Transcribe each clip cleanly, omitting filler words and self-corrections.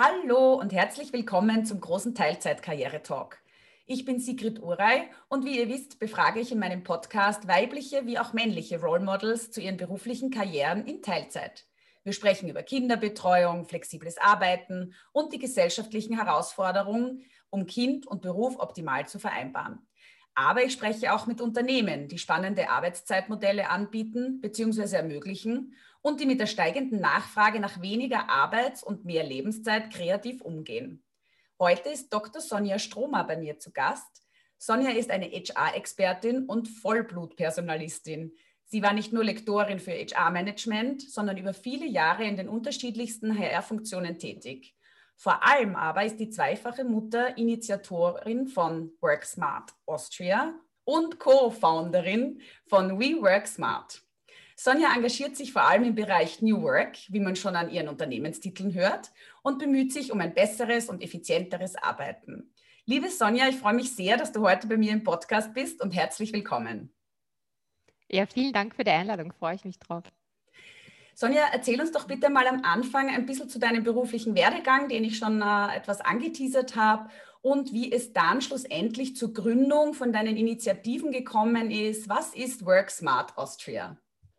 Hallo und herzlich willkommen zum großen Teilzeit-Karriere-Talk. Ich bin Sigrid Urey und wie ihr wisst, befrage ich in meinem Podcast weibliche wie auch männliche Role Models zu ihren beruflichen Karrieren in Teilzeit. Wir sprechen über Kinderbetreuung, flexibles Arbeiten und die gesellschaftlichen Herausforderungen, um Kind und Beruf optimal zu vereinbaren. Aber ich spreche auch mit Unternehmen, die spannende Arbeitszeitmodelle anbieten bzw. ermöglichen und die mit der steigenden Nachfrage nach weniger Arbeits- und mehr Lebenszeit kreativ umgehen. Heute ist Dr. Sonja Stromer bei mir zu Gast. Sonja ist eine HR-Expertin und Vollblutpersonalistin. Sie war nicht nur Lektorin für HR-Management, sondern über viele Jahre in den unterschiedlichsten HR-Funktionen tätig. Vor allem aber ist die zweifache Mutter Initiatorin von Work Smart Austria und Co-Founderin von We Work Smart. Sonja engagiert sich vor allem im Bereich New Work, wie man schon an ihren Unternehmenstiteln hört, und bemüht sich um ein besseres und effizienteres Arbeiten. Liebe Sonja, ich freue mich sehr, dass du heute bei mir im Podcast bist und herzlich willkommen. Ja, vielen Dank für die Einladung, freue ich mich drauf. Sonja, erzähl uns doch bitte mal am Anfang ein bisschen zu deinem beruflichen Werdegang, den ich schon etwas angeteasert habe, und wie es dann schlussendlich zur Gründung von deinen Initiativen gekommen ist. Was ist Work Smart Austria?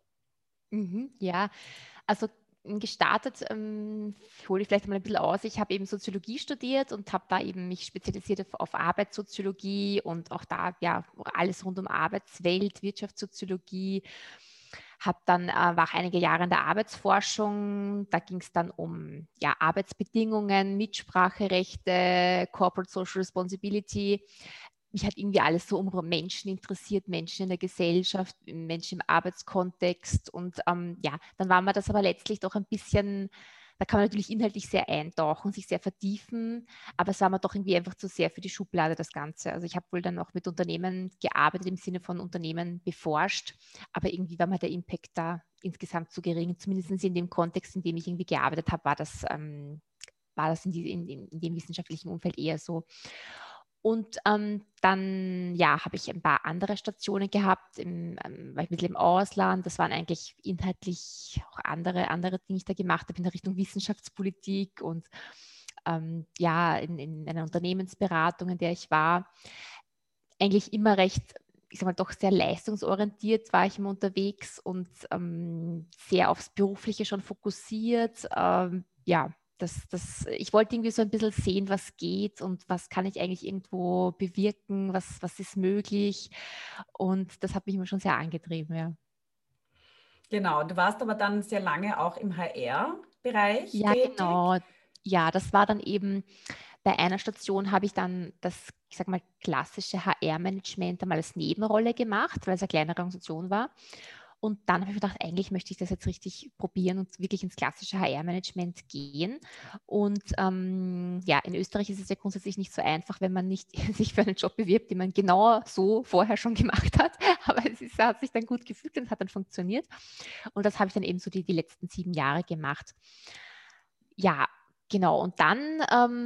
Ja, also gestartet, hole ich vielleicht mal ein bisschen aus. Ich habe eben Soziologie studiert und habe da eben mich spezialisiert auf Arbeitssoziologie und auch da ja alles rund um Arbeitswelt, Wirtschaftssoziologie. War einige Jahre in der Arbeitsforschung. Da ging es dann um ja, Arbeitsbedingungen, Mitspracherechte, Corporate Social Responsibility. Mich hat irgendwie alles so um Menschen interessiert, Menschen in der Gesellschaft, Menschen im Arbeitskontext. Und ja, dann war mir das aber letztlich doch ein bisschen, da kann man natürlich inhaltlich sehr eintauchen, sich sehr vertiefen, aber es war mir doch irgendwie einfach zu sehr für die Schublade, das Ganze. Also ich habe wohl dann auch mit Unternehmen gearbeitet, im Sinne von Unternehmen beforscht, aber irgendwie war mir der Impact da insgesamt zu gering. Zumindest in dem Kontext, in dem ich irgendwie gearbeitet habe, war das in dem wissenschaftlichen Umfeld eher so. Und dann ja, habe ich ein paar andere Stationen gehabt, war ich ein bisschen im Ausland. Das waren eigentlich inhaltlich auch andere Dinge, die ich da gemacht habe in der Richtung Wissenschaftspolitik und ja, in einer Unternehmensberatung, in der ich war. Eigentlich immer recht, ich sag mal, doch sehr leistungsorientiert war ich immer unterwegs und sehr aufs Berufliche schon fokussiert. Ja, ich wollte irgendwie so ein bisschen sehen, was geht und was kann ich eigentlich irgendwo bewirken, was ist möglich. Und das hat mich immer schon sehr angetrieben, ja. Genau, du warst aber dann sehr lange auch im HR-Bereich Ja, tätig. genau. Ja, das war dann eben, bei einer Station habe ich dann das, ich sag mal, klassische HR-Management einmal als Nebenrolle gemacht, weil es eine kleinere Organisation war. Und dann habe ich mir gedacht, eigentlich möchte ich das jetzt richtig probieren und wirklich ins klassische HR-Management gehen. Und ja, in Österreich ist es ja grundsätzlich nicht so einfach, wenn man nicht sich für einen Job bewirbt, den man genau so vorher schon gemacht hat. Aber hat sich dann gut gefühlt und hat dann funktioniert. Und das habe ich dann eben so die letzten 7 Jahre gemacht. Ja, genau. Und dann,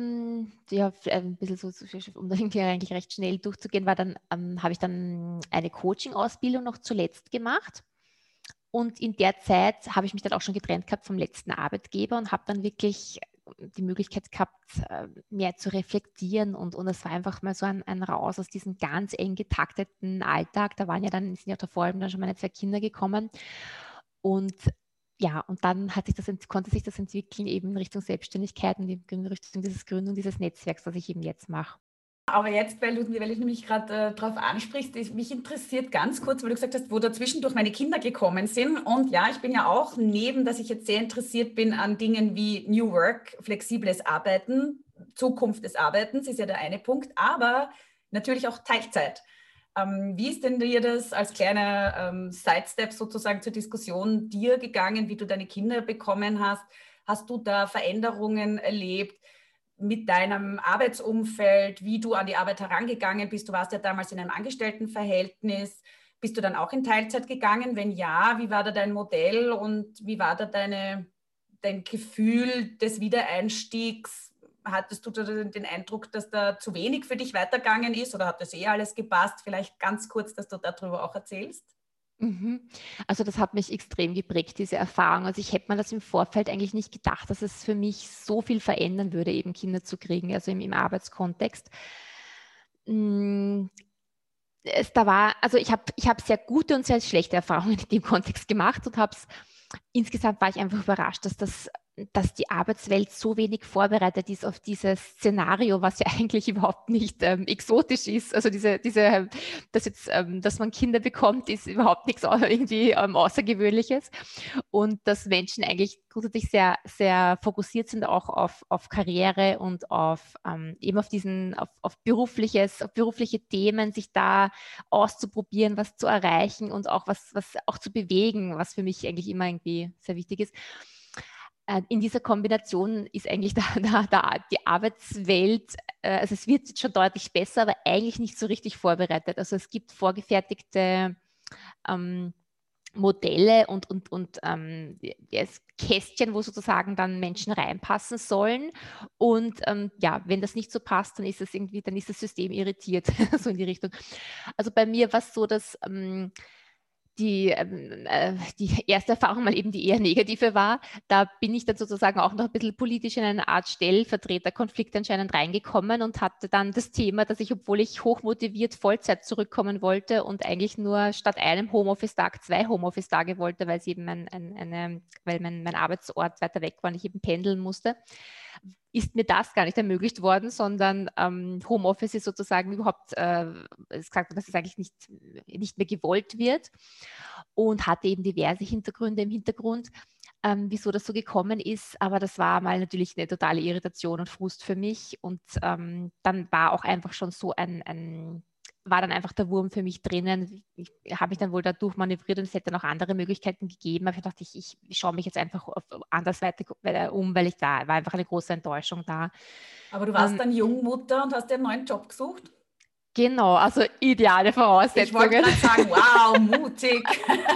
ja, ein bisschen um da irgendwie eigentlich recht schnell durchzugehen, habe ich dann eine Coaching-Ausbildung noch zuletzt gemacht. Und in der Zeit habe ich mich dann auch schon getrennt gehabt vom letzten Arbeitgeber und habe dann wirklich die Möglichkeit gehabt, mehr zu reflektieren. Und es war einfach mal so ein Raus aus diesem ganz eng getakteten Alltag. Sind ja da vor allem dann schon meine 2 Kinder gekommen. Und ja, und dann konnte sich das entwickeln eben in Richtung Selbstständigkeit und in Richtung dieses Gründung dieses Netzwerks, was ich eben jetzt mache. Aber jetzt, weil ich nämlich gerade darauf ansprichst, mich interessiert ganz kurz, weil du gesagt hast, wo dazwischen durch meine Kinder gekommen sind. Und ja, ich bin ja auch neben, dass ich jetzt sehr interessiert bin an Dingen wie New Work, flexibles Arbeiten, Zukunft des Arbeitens ist ja der eine Punkt, aber natürlich auch Teilzeit. Wie ist denn dir das als kleiner Sidestep sozusagen zur Diskussion dir gegangen, wie du deine Kinder bekommen hast? Hast du da Veränderungen erlebt mit deinem Arbeitsumfeld, wie du an die Arbeit herangegangen bist? Du warst ja damals in einem Angestelltenverhältnis. Bist du dann auch in Teilzeit gegangen? Wenn ja, wie war da dein Modell und wie war da dein Gefühl des Wiedereinstiegs? Hattest du da den Eindruck, dass da zu wenig für dich weitergegangen ist oder hat das eh alles gepasst? Vielleicht ganz kurz, dass du darüber auch erzählst. Also das hat mich extrem geprägt, diese Erfahrung. Also ich hätte mir das im Vorfeld eigentlich nicht gedacht, dass es für mich so viel verändern würde, eben Kinder zu kriegen, also im Arbeitskontext. Mm, ich habe sehr gute und sehr schlechte Erfahrungen in dem Kontext gemacht und insgesamt war ich einfach überrascht, dass die Arbeitswelt so wenig vorbereitet ist auf dieses Szenario, was ja eigentlich überhaupt nicht exotisch ist. Also dass man Kinder bekommt, ist überhaupt nichts irgendwie Außergewöhnliches. Und dass Menschen eigentlich grundsätzlich sehr, sehr fokussiert sind auch auf Karriere und eben auf berufliche Themen, sich da auszuprobieren, was zu erreichen und auch was auch zu bewegen, was für mich eigentlich immer irgendwie sehr wichtig ist. In dieser Kombination ist eigentlich die Arbeitswelt, also es wird jetzt schon deutlich besser, aber eigentlich nicht so richtig vorbereitet. Also es gibt vorgefertigte Modelle und Kästchen, wo sozusagen dann Menschen reinpassen sollen. Und ja, wenn das nicht so passt, dann ist das System irritiert, so in die Richtung. Also bei mir war es so, dass die erste Erfahrung mal eben die eher negative war. Da bin ich dann sozusagen auch noch ein bisschen politisch in eine Art Stellvertreterkonflikt anscheinend reingekommen und hatte dann das Thema, dass ich, obwohl ich hochmotiviert Vollzeit zurückkommen wollte und eigentlich nur statt einem Homeoffice-Tag 2 Homeoffice-Tage wollte, weil es eben weil mein Arbeitsort weiter weg war und ich eben pendeln musste, ist mir das gar nicht ermöglicht worden, sondern Homeoffice ist sozusagen überhaupt, gesagt, dass es eigentlich nicht mehr gewollt wird und hatte eben diverse Hintergründe im Hintergrund, wieso das so gekommen ist. Aber das war mal natürlich eine totale Irritation und Frust für mich. Und dann war auch einfach schon so war dann einfach der Wurm für mich drinnen. Ich habe mich dann wohl da durchmanövriert und es hätte noch andere Möglichkeiten gegeben. Aber ich dachte, ich schaue mich jetzt einfach anders weiter um, weil war einfach eine große Enttäuschung da. Aber du warst dann Jungmutter und hast dir einen neuen Job gesucht? Genau, also ideale Ich wollte Voraussetzungen. gerade sagen, wow, mutig.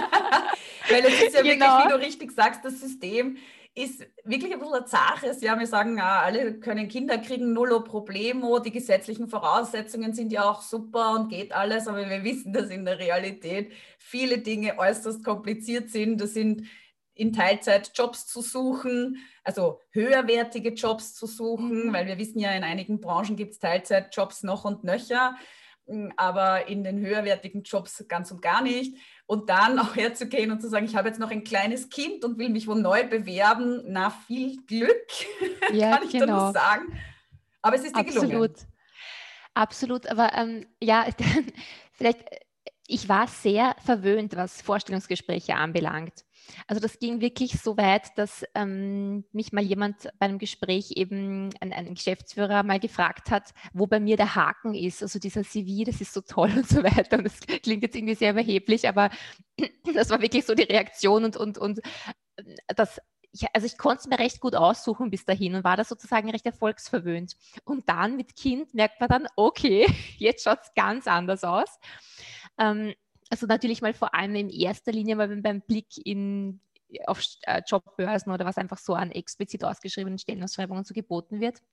Weil es ist ja wirklich, wie Genau. du richtig sagst, das System ist wirklich ein bisschen ein zaches. Ja, wir sagen, alle können Kinder kriegen, nullo problemo. Die gesetzlichen Voraussetzungen sind ja auch super und geht alles. Aber wir wissen, dass in der Realität viele Dinge äußerst kompliziert sind. Das sind in Teilzeit Jobs zu suchen, also höherwertige Jobs zu suchen, weil wir wissen ja, in einigen Branchen gibt es Teilzeitjobs noch und nöcher, aber in den höherwertigen Jobs ganz und gar nicht. Und dann auch herzugehen und zu sagen, ich habe jetzt noch ein kleines Kind und will mich wo neu bewerben, na, viel Glück, Ja, kann ich da nur genau. sagen. Aber es ist dir gelungen. Absolut. Absolut, aber ja, vielleicht, ich war sehr verwöhnt, was Vorstellungsgespräche anbelangt. Also das ging wirklich so weit, dass mich mal jemand bei einem Gespräch eben, ein Geschäftsführer mal gefragt hat, wo bei mir der Haken ist. Also dieser CV, das ist so toll und so weiter. Und das klingt jetzt irgendwie sehr überheblich, aber das war wirklich so die Reaktion und das also ich konnte es mir recht gut aussuchen bis dahin und war da sozusagen recht erfolgsverwöhnt. Und dann mit Kind merkt man dann, okay, jetzt schaut es ganz anders aus. Also natürlich mal vor allem in erster Linie mal beim Blick auf Jobbörsen oder was einfach so an explizit ausgeschriebenen Stellenausschreibungen so geboten wird.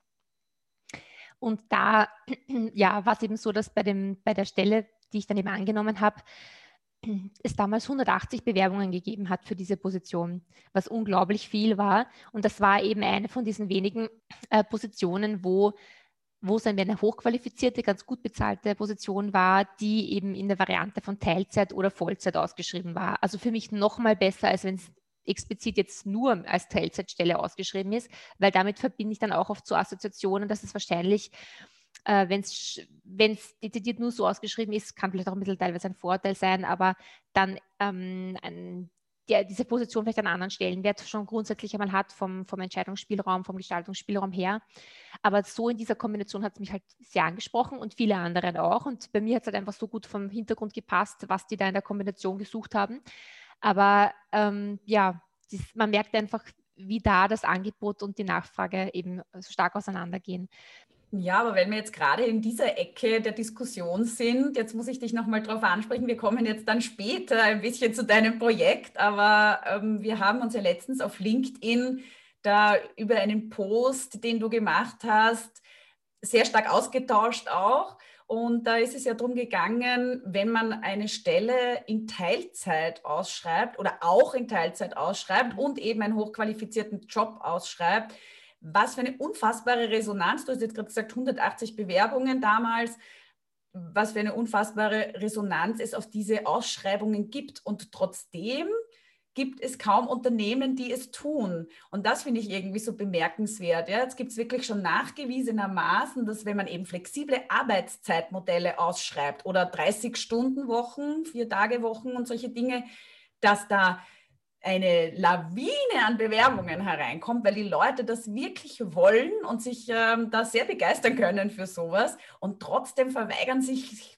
Und da ja, war es eben so, dass bei der Stelle, die ich dann eben angenommen habe, es damals 180 Bewerbungen gegeben hat für diese Position, was unglaublich viel war. Und das war eben eine von diesen wenigen Positionen, wo es eine hochqualifizierte, ganz gut bezahlte Position war, die eben in der Variante von Teilzeit oder Vollzeit ausgeschrieben war. Also für mich noch mal besser, als wenn es explizit jetzt nur als Teilzeitstelle ausgeschrieben ist, weil damit verbinde ich dann auch oft so Assoziationen, dass es wahrscheinlich wenn es dezidiert nur so ausgeschrieben ist, kann vielleicht auch ein bisschen teilweise ein Vorteil sein, aber dann diese Position vielleicht einen anderen Stellenwert schon grundsätzlich einmal hat vom Entscheidungsspielraum, vom Gestaltungsspielraum her. Aber so in dieser Kombination hat es mich halt sehr angesprochen und viele anderen auch. Und bei mir hat es halt einfach so gut vom Hintergrund gepasst, was die da in der Kombination gesucht haben. Aber ja, man merkt einfach, wie da das Angebot und die Nachfrage eben so stark auseinandergehen. Ja, aber wenn wir jetzt gerade in dieser Ecke der Diskussion sind, jetzt muss ich dich nochmal drauf ansprechen, wir kommen jetzt dann später ein bisschen zu deinem Projekt, aber wir haben uns ja letztens auf LinkedIn da über einen Post, den du gemacht hast, sehr stark ausgetauscht auch. Und da ist es ja darum gegangen, wenn man eine Stelle in Teilzeit ausschreibt oder auch in Teilzeit ausschreibt und eben einen hochqualifizierten Job ausschreibt, was für eine unfassbare Resonanz, du hast jetzt gerade gesagt 180 Bewerbungen damals, was für eine unfassbare Resonanz es auf diese Ausschreibungen gibt. Und trotzdem gibt es kaum Unternehmen, die es tun. Und das finde ich irgendwie so bemerkenswert. Ja, jetzt gibt es wirklich schon nachgewiesenermaßen, dass wenn man eben flexible Arbeitszeitmodelle ausschreibt oder 30-Stunden-Wochen, 4-Tage-Wochen und solche Dinge, dass da eine Lawine an Bewerbungen hereinkommt, weil die Leute das wirklich wollen und sich da sehr begeistern können für sowas. Und trotzdem verweigern sich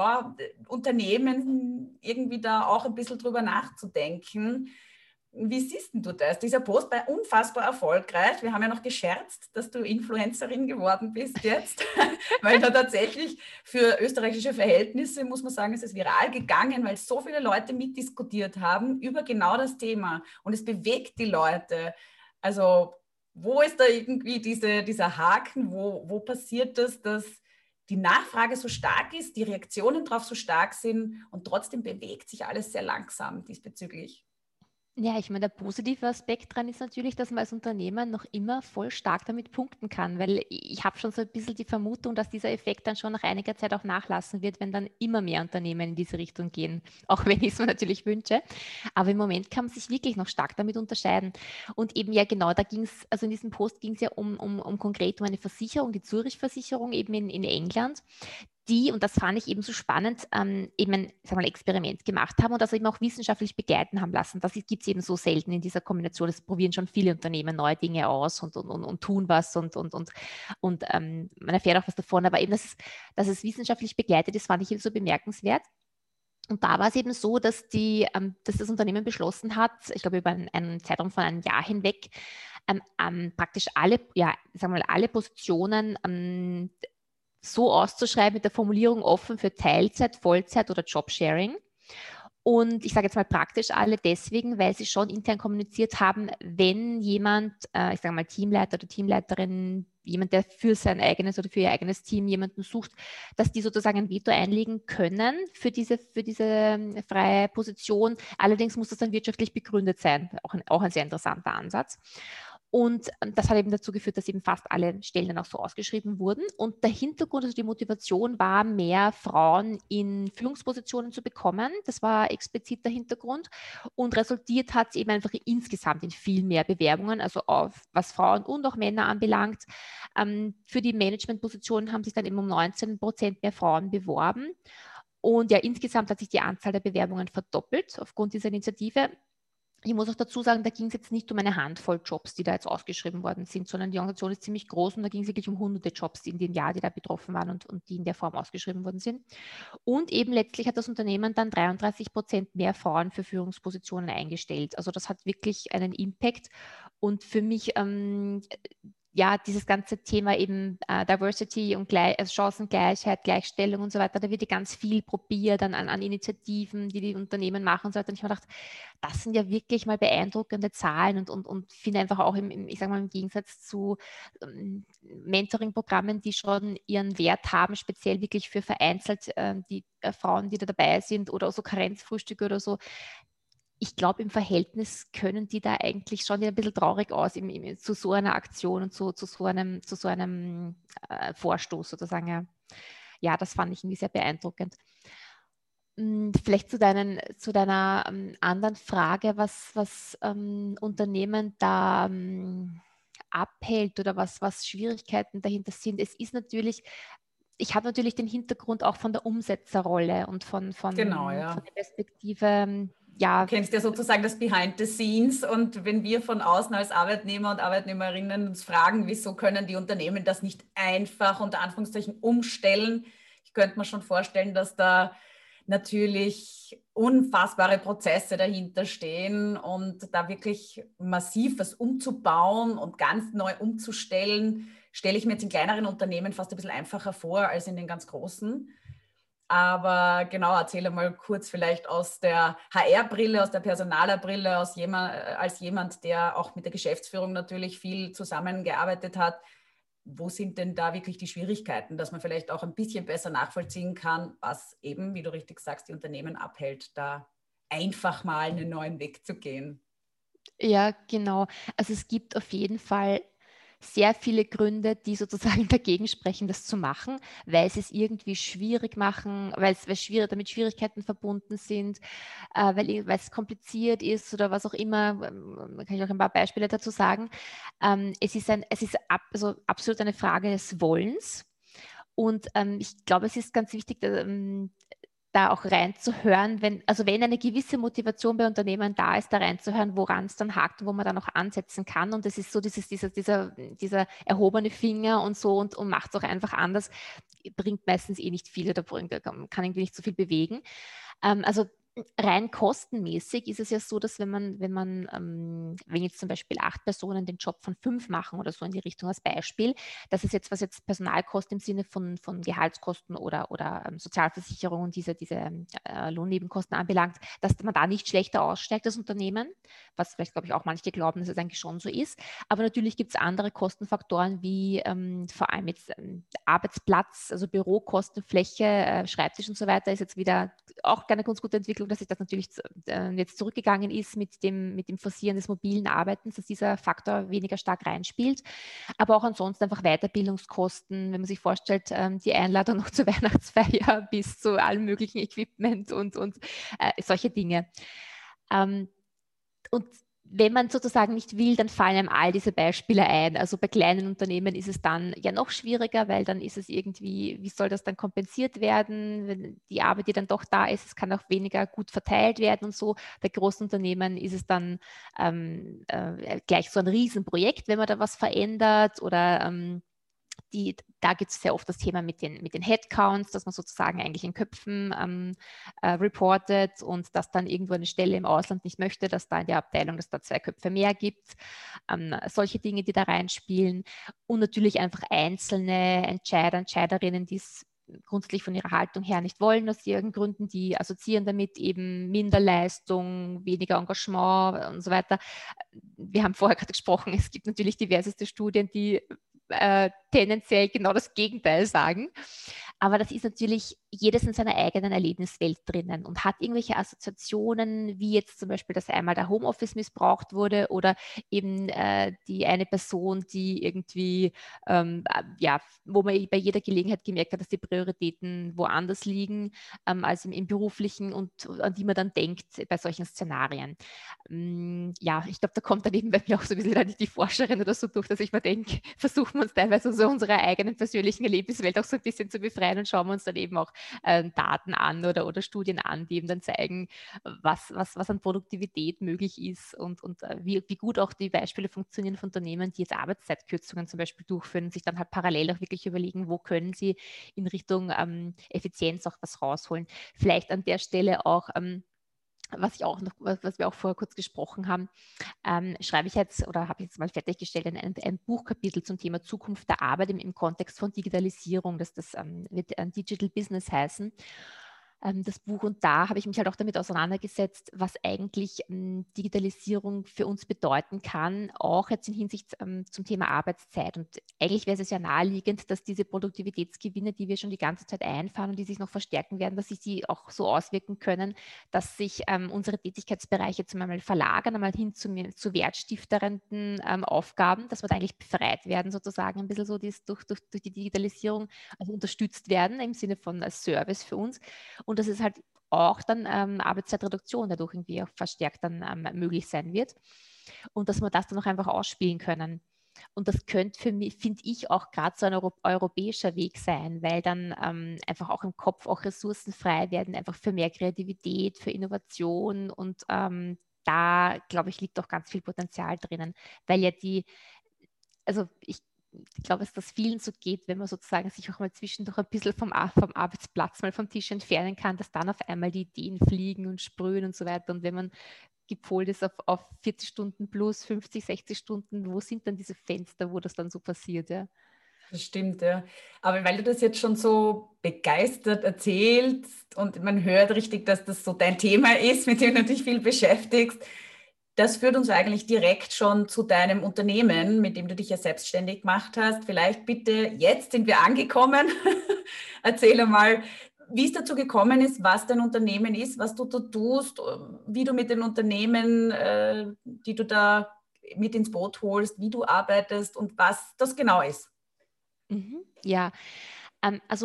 Unternehmen irgendwie da auch ein bisschen drüber nachzudenken. Wie siehst du das? Dieser Post war unfassbar erfolgreich. Wir haben ja noch gescherzt, dass du Influencerin geworden bist jetzt, weil da tatsächlich für österreichische Verhältnisse, muss man sagen, ist es viral gegangen, weil so viele Leute mitdiskutiert haben über genau das Thema. Und es bewegt die Leute. Also wo ist da irgendwie dieser Haken? Wo passiert das, dass die Nachfrage so stark ist, die Reaktionen darauf so stark sind und trotzdem bewegt sich alles sehr langsam diesbezüglich? Ja, ich meine, der positive Aspekt dran ist natürlich, dass man als Unternehmer noch immer voll stark damit punkten kann, weil ich habe schon so ein bisschen die Vermutung, dass dieser Effekt dann schon nach einiger Zeit auch nachlassen wird, wenn dann immer mehr Unternehmen in diese Richtung gehen, auch wenn ich es mir natürlich wünsche. Aber im Moment kann man sich wirklich noch stark damit unterscheiden. Und eben ja genau, da ging es, also in diesem Post ging es ja konkret um eine Versicherung, die Zurich-Versicherung eben in England, die, und das fand ich eben so spannend, eben ein, sagen wir mal, Experiment gemacht haben und das eben auch wissenschaftlich begleiten haben lassen. Das gibt es eben so selten in dieser Kombination. Das probieren schon viele Unternehmen neue Dinge aus und tun was und man erfährt auch was davon. Aber eben, dass es wissenschaftlich begleitet ist, fand ich eben so bemerkenswert. Und da war es eben so, dass das Unternehmen beschlossen hat, ich glaube über einen Zeitraum von einem Jahr hinweg, praktisch alle, ja, sagen wir mal, alle Positionen so auszuschreiben mit der Formulierung offen für Teilzeit, Vollzeit oder Jobsharing. Und ich sage jetzt mal praktisch alle deswegen, weil sie schon intern kommuniziert haben, wenn jemand, ich sage mal Teamleiter oder Teamleiterin, jemand, der für sein eigenes oder für ihr eigenes Team jemanden sucht, dass die sozusagen ein Veto einlegen können für diese freie Position. Allerdings muss das dann wirtschaftlich begründet sein. Auch ein sehr interessanter Ansatz. Und das hat eben dazu geführt, dass eben fast alle Stellen dann auch so ausgeschrieben wurden. Und der Hintergrund, also die Motivation war, mehr Frauen in Führungspositionen zu bekommen. Das war explizit der Hintergrund. Und resultiert hat es eben einfach insgesamt in viel mehr Bewerbungen, also was Frauen und auch Männer anbelangt. Für die Managementpositionen haben sich dann eben um 19% mehr Frauen beworben. Und ja, insgesamt hat sich die Anzahl der Bewerbungen verdoppelt aufgrund dieser Initiative. Ich muss auch dazu sagen, da ging es jetzt nicht um eine Handvoll Jobs, die da jetzt ausgeschrieben worden sind, sondern die Organisation ist ziemlich groß und da ging es wirklich um hunderte Jobs in dem Jahr, die da betroffen waren und die in der Form ausgeschrieben worden sind. Und eben letztlich hat das Unternehmen dann 33% mehr Frauen für Führungspositionen eingestellt. Also das hat wirklich einen Impact und für mich ja, dieses ganze Thema eben Diversity und Chancengleichheit, Gleichstellung und so weiter, da wird ja ganz viel probiert an Initiativen, die Unternehmen machen und so weiter. Und ich habe mir gedacht, das sind ja wirklich mal beeindruckende Zahlen und finde einfach auch ich sage mal, im Gegensatz zu Mentoring-Programmen, die schon ihren Wert haben, speziell wirklich für vereinzelt die Frauen, die da dabei sind oder so Karenzfrühstücke oder so, ich glaube, im Verhältnis können die da eigentlich schon ein bisschen traurig aus zu so einer Aktion und zu so einem Vorstoß sozusagen. Ja. Ja, das fand ich irgendwie sehr beeindruckend. Vielleicht zu deiner anderen Frage, was Unternehmen da abhält oder was Schwierigkeiten dahinter sind. Es ist natürlich, ich habe natürlich den Hintergrund auch von der Umsetzerrolle und Genau, von ja. der Perspektive, Du ja. kennst ja sozusagen das Behind the Scenes und wenn wir von außen als Arbeitnehmer und Arbeitnehmerinnen uns fragen, wieso können die Unternehmen das nicht einfach unter Anführungszeichen umstellen, ich könnte mir schon vorstellen, dass da natürlich unfassbare Prozesse dahinter stehen und da wirklich massiv was umzubauen und ganz neu umzustellen, stelle ich mir jetzt in kleineren Unternehmen fast ein bisschen einfacher vor als in den ganz großen. Aber genau, erzähle mal kurz vielleicht aus der HR-Brille, aus der Personalerbrille, als jemand, der auch mit der Geschäftsführung natürlich viel zusammengearbeitet hat. wo sind denn da wirklich die Schwierigkeiten, dass man vielleicht auch ein bisschen besser nachvollziehen kann, was eben, wie du richtig sagst, die Unternehmen abhält, da einfach mal einen neuen Weg zu gehen? Ja, genau. Also es gibt auf jeden Fall sehr viele Gründe, die sozusagen dagegen sprechen, das zu machen, weil sie es irgendwie schwierig machen, weil damit Schwierigkeiten verbunden sind, weil es kompliziert ist oder was auch immer. Kann ich auch ein paar Beispiele dazu sagen. Also absolut eine Frage des Wollens. Und ich glaube, es ist ganz wichtig, da auch reinzuhören, wenn eine gewisse Motivation bei Unternehmen da ist, da reinzuhören, woran es dann hakt und wo man dann auch ansetzen kann. Und das ist so dieser erhobene Finger und so und macht es auch einfach anders, bringt meistens eh nicht viel oder kann irgendwie nicht so viel bewegen. Also rein kostenmäßig ist es ja so, dass wenn jetzt zum Beispiel 8 Personen den Job von 5 machen oder so in die Richtung als Beispiel, dass es jetzt, was jetzt Personalkosten im Sinne von Gehaltskosten oder Sozialversicherung und diese Lohnnebenkosten anbelangt, dass man da nicht schlechter aussteigt als Unternehmen, was vielleicht, glaube ich, auch manche glauben, dass es eigentlich schon so ist. Aber natürlich gibt es andere Kostenfaktoren wie vor allem jetzt Arbeitsplatz, also Bürokosten, Fläche, Schreibtisch und so weiter, ist jetzt wieder auch eine ganz gute Entwicklung, dass sich das natürlich jetzt zurückgegangen ist mit dem Forcieren des mobilen Arbeitens, dass dieser Faktor weniger stark reinspielt. Aber auch ansonsten einfach Weiterbildungskosten, wenn man sich vorstellt, die Einladung noch zur Weihnachtsfeier bis zu allem möglichen Equipment und solche Dinge. Und wenn man sozusagen nicht will, dann fallen einem all diese Beispiele ein. Also bei kleinen Unternehmen ist es dann ja noch schwieriger, weil dann ist es irgendwie, wie soll das dann kompensiert werden, wenn die Arbeit, die dann doch da ist, es kann auch weniger gut verteilt werden und so. Bei großen Unternehmen ist es dann gleich so ein Riesenprojekt, wenn man da was verändert oder da gibt es sehr oft das Thema mit den Headcounts, dass man sozusagen eigentlich in Köpfen reportet und dass dann irgendwo eine Stelle im Ausland nicht möchte, dass da in der Abteilung, dass da 2 Köpfe mehr gibt. Solche Dinge, die da reinspielen. Und natürlich einfach einzelne Entscheider, Entscheiderinnen, die es grundsätzlich von ihrer Haltung her nicht wollen, aus ihren Gründen, die assoziieren damit eben Minderleistung, weniger Engagement und so weiter. Wir haben vorher gerade gesprochen, es gibt natürlich diverseste Studien, die tendenziell genau das Gegenteil sagen. Aber das ist natürlich jedes in seiner eigenen Erlebniswelt drinnen und hat irgendwelche Assoziationen, wie jetzt zum Beispiel, dass einmal der Homeoffice missbraucht wurde oder eben die eine Person, die irgendwie, wo man bei jeder Gelegenheit gemerkt hat, dass die Prioritäten woanders liegen als im Beruflichen und an die man dann denkt bei solchen Szenarien. Ja, ich glaube, da kommt dann eben bei mir auch so ein bisschen die Forscherin oder so durch, dass ich mir denke, versuchen wir uns teilweise so unsere eigenen persönlichen Erlebniswelt auch so ein bisschen zu befreien und schauen wir uns dann eben auch Daten an oder Studien an, die eben dann zeigen, was an Produktivität möglich ist und wie gut auch die Beispiele funktionieren von Unternehmen, die jetzt Arbeitszeitkürzungen zum Beispiel durchführen und sich dann halt parallel auch wirklich überlegen, wo können sie in Richtung Effizienz auch was rausholen. Vielleicht an der Stelle auch was wir auch vorher kurz gesprochen haben, schreibe ich jetzt oder habe ich jetzt mal fertiggestellt ein Buchkapitel zum Thema Zukunft der Arbeit im Kontext von Digitalisierung. Das wird Digital Business heißen. Das Buch und da habe ich mich halt auch damit auseinandergesetzt, was eigentlich Digitalisierung für uns bedeuten kann, auch jetzt in Hinsicht zum Thema Arbeitszeit. Und eigentlich wäre es ja naheliegend, dass diese Produktivitätsgewinne, die wir schon die ganze Zeit einfahren und die sich noch verstärken werden, dass sich die auch so auswirken können, dass sich unsere Tätigkeitsbereiche zum Beispiel verlagern, einmal hin zu wertstifternden Aufgaben, dass wir da eigentlich befreit werden, sozusagen ein bisschen so durch die Digitalisierung, also unterstützt werden im Sinne von als Service für uns. Und dass es halt auch dann Arbeitszeitreduktion dadurch irgendwie auch verstärkt dann möglich sein wird. Und dass wir das dann auch einfach ausspielen können. Und das könnte für mich, finde ich, auch gerade so ein europäischer Weg sein, weil dann einfach auch im Kopf auch Ressourcen frei werden, einfach für mehr Kreativität, für Innovation. Und da, glaube ich, liegt auch ganz viel Potenzial drinnen, weil ja also ich glaube, dass das vielen so geht, wenn man sozusagen sich auch mal zwischendurch ein bisschen vom Arbeitsplatz mal vom Tisch entfernen kann, dass dann auf einmal die Ideen fliegen und sprühen und so weiter. Und wenn man gepolt ist auf 40 Stunden plus 50, 60 Stunden, wo sind dann diese Fenster, wo das dann so passiert, ja? Das stimmt, ja. Aber weil du das jetzt schon so begeistert erzählst und man hört richtig, dass das so dein Thema ist, mit dem du dich viel beschäftigst, das führt uns eigentlich direkt schon zu deinem Unternehmen, mit dem du dich ja selbstständig gemacht hast. Vielleicht bitte, jetzt sind wir angekommen. Erzähl mal, wie es dazu gekommen ist, was dein Unternehmen ist, was du da tust, wie du mit den Unternehmen, die du da mit ins Boot holst, wie du arbeitest und was das genau ist. Ja, also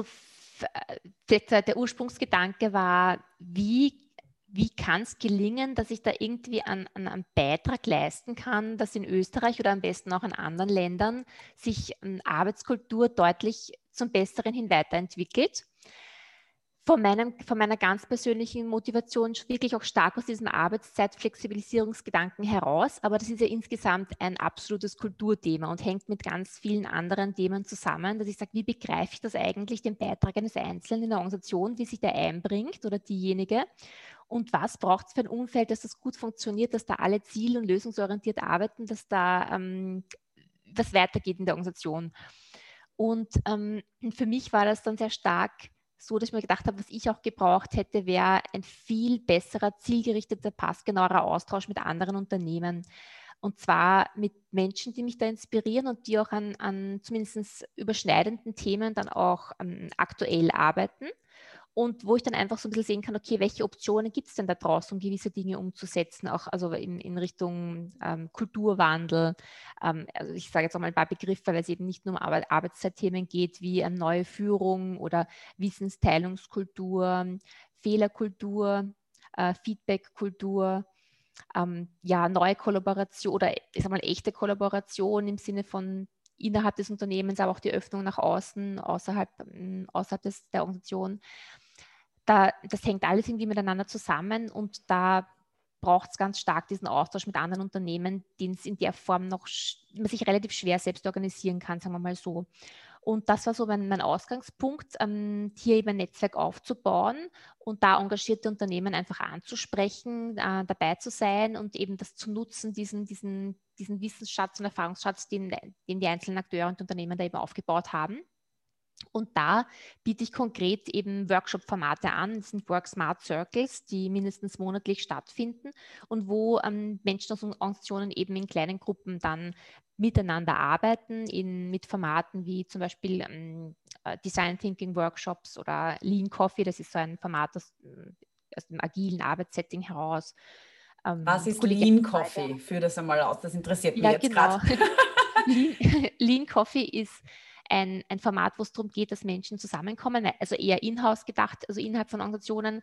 der Ursprungsgedanke war, wie kann es gelingen, dass ich da irgendwie einen Beitrag leisten kann, dass in Österreich oder am besten auch in anderen Ländern sich Arbeitskultur deutlich zum Besseren hin weiterentwickelt. Von meiner ganz persönlichen Motivation wirklich auch stark aus diesem Arbeitszeitflexibilisierungsgedanken heraus. Aber das ist ja insgesamt ein absolutes Kulturthema und hängt mit ganz vielen anderen Themen zusammen, dass ich sage, wie begreife ich das eigentlich, den Beitrag eines Einzelnen in der Organisation, wie sich der einbringt oder diejenige und was braucht es für ein Umfeld, dass das gut funktioniert, dass da alle ziel- und lösungsorientiert arbeiten, dass da was weitergeht in der Organisation. Und für mich war das dann sehr stark so, dass ich mir gedacht habe, was ich auch gebraucht hätte, wäre ein viel besserer, zielgerichteter, passgenauer Austausch mit anderen Unternehmen. Und zwar mit Menschen, die mich da inspirieren und die auch an zumindest überschneidenden Themen dann auch aktuell arbeiten. Und wo ich dann einfach so ein bisschen sehen kann, okay, welche Optionen gibt es denn da draußen, um gewisse Dinge umzusetzen, auch also in Richtung Kulturwandel. Also ich sage jetzt auch mal ein paar Begriffe, weil es eben nicht nur um Arbeitszeitthemen geht, wie neue Führung oder Wissensteilungskultur, Fehlerkultur, Feedbackkultur, ja, neue Kollaboration oder ich sag mal echte Kollaboration im Sinne von innerhalb des Unternehmens, aber auch die Öffnung nach außen, außerhalb der Organisation. Das hängt alles irgendwie miteinander zusammen und da braucht es ganz stark diesen Austausch mit anderen Unternehmen, den es in der Form noch man sich relativ schwer selbst organisieren kann, sagen wir mal so. Und das war so mein Ausgangspunkt, hier eben ein Netzwerk aufzubauen und da engagierte Unternehmen einfach anzusprechen, dabei zu sein und eben das zu nutzen, diesen Wissensschatz und Erfahrungsschatz, den die einzelnen Akteure und Unternehmen da eben aufgebaut haben. Und da biete ich konkret eben Workshop-Formate an. Das sind Work Smart Circles, die mindestens monatlich stattfinden und wo Menschen aus Organisationen eben in kleinen Gruppen dann miteinander arbeiten, mit Formaten wie zum Beispiel Design Thinking Workshops oder Lean Coffee. Das ist so ein Format aus dem agilen Arbeitssetting heraus. Was ist Lean Coffee? Führ das einmal aus, das interessiert mich Ja, jetzt genau. gerade. Lean Coffee ist ein Format, wo es darum geht, dass Menschen zusammenkommen, also eher in-house gedacht, also innerhalb von Organisationen,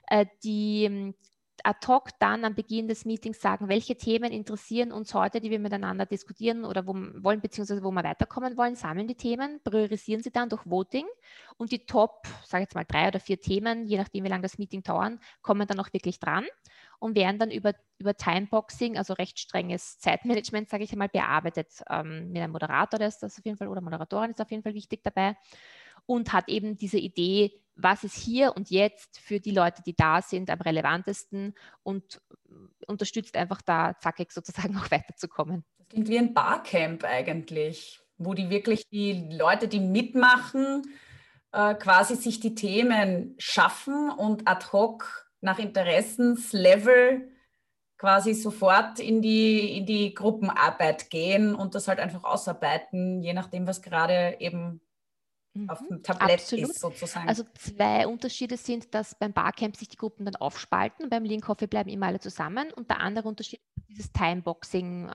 die ad hoc dann am Beginn des Meetings sagen, welche Themen interessieren uns heute, die wir miteinander diskutieren oder wollen, beziehungsweise wo wir weiterkommen wollen, sammeln die Themen, priorisieren sie dann durch Voting und die Top, sage ich jetzt mal 3 oder 4 Themen, je nachdem, wie lange das Meeting dauern, kommen dann auch wirklich dran und werden dann über Timeboxing, also recht strenges Zeitmanagement, sage ich einmal, bearbeitet. Mit einem Moderator, der ist das auf jeden Fall, oder Moderatorin ist auf jeden Fall wichtig dabei und hat eben diese Idee, was ist hier und jetzt für die Leute, die da sind, am relevantesten und unterstützt einfach da zackig sozusagen auch weiterzukommen. Das klingt wie ein Barcamp eigentlich, wo die wirklich die Leute, die mitmachen, quasi sich die Themen schaffen und ad hoc nach Interessenslevel quasi sofort in die Gruppenarbeit gehen und das halt einfach ausarbeiten, je nachdem, was gerade eben auf dem Tablett Absolut. ist, sozusagen. Also 2 Unterschiede sind, dass beim Barcamp sich die Gruppen dann aufspalten und beim Lean Coffee bleiben immer alle zusammen. Und der andere Unterschied ist, dass dieses Timeboxing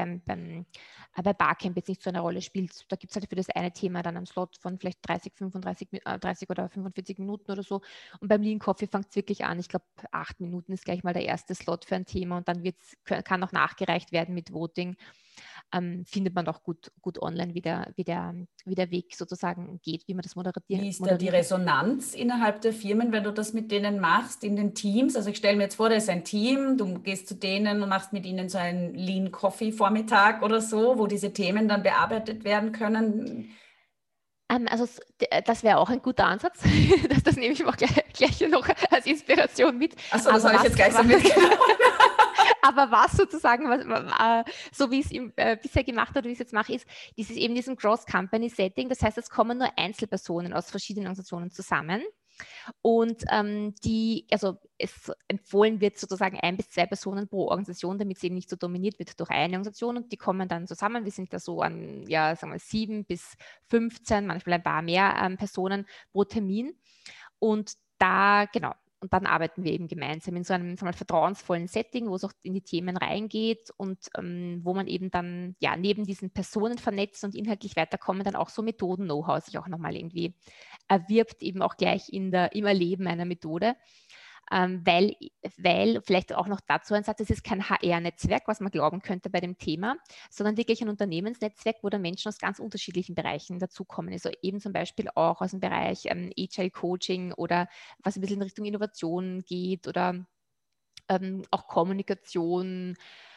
bei Barcamp jetzt nicht so eine Rolle spielt. Da gibt es halt für das eine Thema dann einen Slot von vielleicht 30 oder 45 Minuten oder so. Und beim Lean Coffee fängt es wirklich an. Ich glaube, 8 Minuten ist gleich mal der erste Slot für ein Thema und dann kann auch nachgereicht werden mit Voting. Findet man auch gut online, wie der Weg sozusagen geht, wie man das moderiert. Wie ist da die Resonanz innerhalb der Firmen, wenn du das mit denen machst, in den Teams? Also ich stelle mir jetzt vor, da ist ein Team, du gehst zu denen und machst mit ihnen so einen Lean Coffee Vormittag oder so, wo diese Themen dann bearbeitet werden können. Also das wäre auch ein guter Ansatz. Das nehme ich mal gleich noch als Inspiration mit. Achso, das habe ich jetzt gleich so mitgenommen. Aber was sozusagen, so wie ich es bisher gemacht habe, wie ich es jetzt mache, ist eben diesem Cross-Company-Setting. Das heißt, es kommen nur Einzelpersonen aus verschiedenen Organisationen zusammen. Und also es empfohlen wird sozusagen 1 bis 2 Personen pro Organisation, damit es eben nicht so dominiert wird durch eine Organisation, und die kommen dann zusammen. Wir sind da so an, ja, sagen wir 7 bis 15, manchmal ein paar mehr Personen pro Termin. Und da, genau, und dann arbeiten wir eben gemeinsam in so einem, sagen wir, vertrauensvollen Setting, wo es auch in die Themen reingeht und wo man eben dann, ja, neben diesen Personen vernetzt und inhaltlich weiterkommen, dann auch so Methoden-Know-how sich auch nochmal irgendwie erwirbt, eben auch gleich im Erleben einer Methode. Weil vielleicht auch noch dazu ein Satz, es ist kein HR-Netzwerk, was man glauben könnte bei dem Thema, sondern wirklich ein Unternehmensnetzwerk, wo da Menschen aus ganz unterschiedlichen Bereichen dazukommen. Also eben zum Beispiel auch aus dem Bereich Agile Coaching oder was ein bisschen in Richtung Innovation geht oder auch Kommunikation,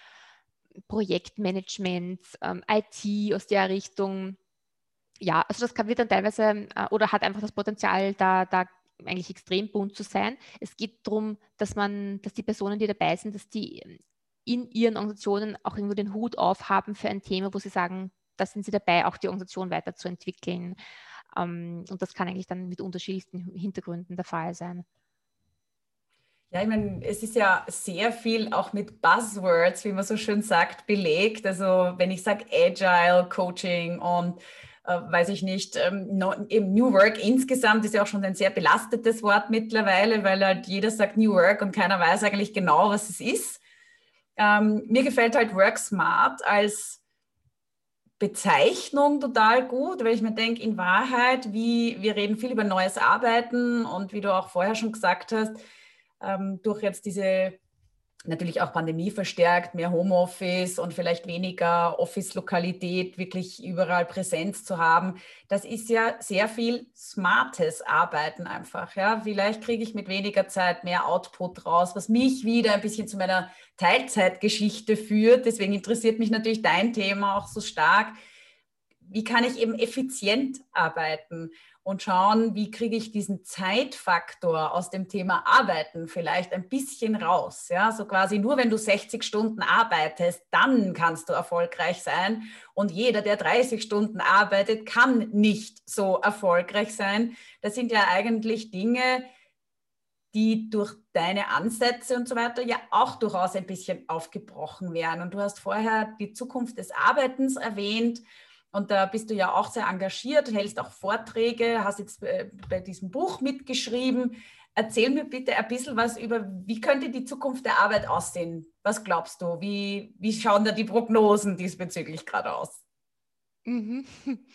Projektmanagement, IT aus der Richtung. Ja, also das wird dann teilweise oder hat einfach das Potenzial, da eigentlich extrem bunt zu sein. Es geht darum, dass die Personen, die dabei sind, dass die in ihren Organisationen auch irgendwo den Hut aufhaben für ein Thema, wo sie sagen, da sind sie dabei, auch die Organisation weiterzuentwickeln. Und das kann eigentlich dann mit unterschiedlichsten Hintergründen der Fall sein. Ja, ich meine, es ist ja sehr viel auch mit Buzzwords, wie man so schön sagt, belegt. Also wenn ich sage Agile Coaching und weiß ich nicht, eben New Work insgesamt ist ja auch schon ein sehr belastetes Wort mittlerweile, weil halt jeder sagt New Work und keiner weiß eigentlich genau, was es ist. Mir gefällt halt Work Smart als Bezeichnung total gut, weil ich mir denke, in Wahrheit, wir reden viel über neues Arbeiten und wie du auch vorher schon gesagt hast, durch jetzt diese natürlich auch Pandemie verstärkt, mehr Homeoffice und vielleicht weniger Office-Lokalität, wirklich überall Präsenz zu haben. Das ist ja sehr viel smartes Arbeiten einfach. Ja? Vielleicht kriege ich mit weniger Zeit mehr Output raus, was mich wieder ein bisschen zu meiner Teilzeitgeschichte führt. Deswegen interessiert mich natürlich dein Thema auch so stark. Wie kann ich eben effizient arbeiten und schauen, wie kriege ich diesen Zeitfaktor aus dem Thema Arbeiten vielleicht ein bisschen raus. Ja, so quasi nur wenn du 60 Stunden arbeitest, dann kannst du erfolgreich sein. Und jeder, der 30 Stunden arbeitet, kann nicht so erfolgreich sein. Das sind ja eigentlich Dinge, die durch deine Ansätze und so weiter ja auch durchaus ein bisschen aufgebrochen werden. Und du hast vorher die Zukunft des Arbeitens erwähnt. Und da bist du ja auch sehr engagiert, hältst auch Vorträge, hast jetzt bei diesem Buch mitgeschrieben. Erzähl mir bitte ein bisschen was über, wie könnte die Zukunft der Arbeit aussehen? Was glaubst du? Wie schauen da die Prognosen diesbezüglich gerade aus? Mhm.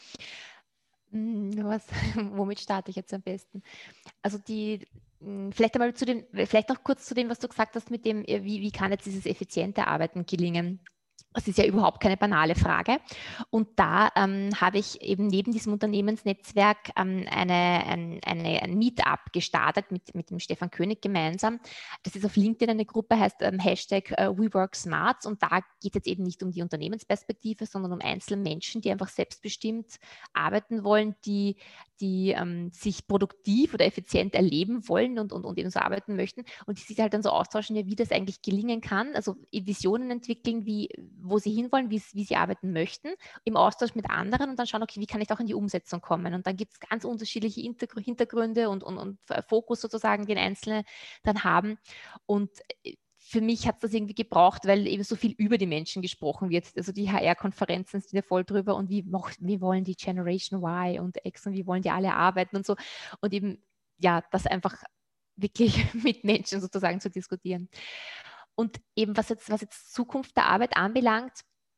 Womit starte ich jetzt am besten? Also vielleicht noch kurz zu dem, was du gesagt hast, mit dem, wie kann jetzt dieses effiziente Arbeiten gelingen? Das ist ja überhaupt keine banale Frage. Und da habe ich eben neben diesem Unternehmensnetzwerk ein Meetup gestartet mit dem Stefan König gemeinsam. Das ist auf LinkedIn eine Gruppe, heißt Hashtag WeWorkSmart. Und da geht es jetzt eben nicht um die Unternehmensperspektive, sondern um einzelne Menschen, die einfach selbstbestimmt arbeiten wollen, die sich produktiv oder effizient erleben wollen und eben so arbeiten möchten und die sich halt dann so austauschen, ja, wie das eigentlich gelingen kann, also Visionen entwickeln, wo sie hinwollen, wie sie arbeiten möchten, im Austausch mit anderen und dann schauen, okay, wie kann ich auch in die Umsetzung kommen? Und dann gibt es ganz unterschiedliche Hintergründe und Fokus sozusagen, den Einzelne dann haben. Und für mich hat es das irgendwie gebraucht, weil eben so viel über die Menschen gesprochen wird. Also die HR-Konferenzen sind ja voll drüber und wie wollen die Generation Y und X und wie wollen die alle arbeiten und so. Und eben, ja, das einfach wirklich mit Menschen sozusagen zu diskutieren. Und eben, was jetzt Zukunft der Arbeit anbelangt,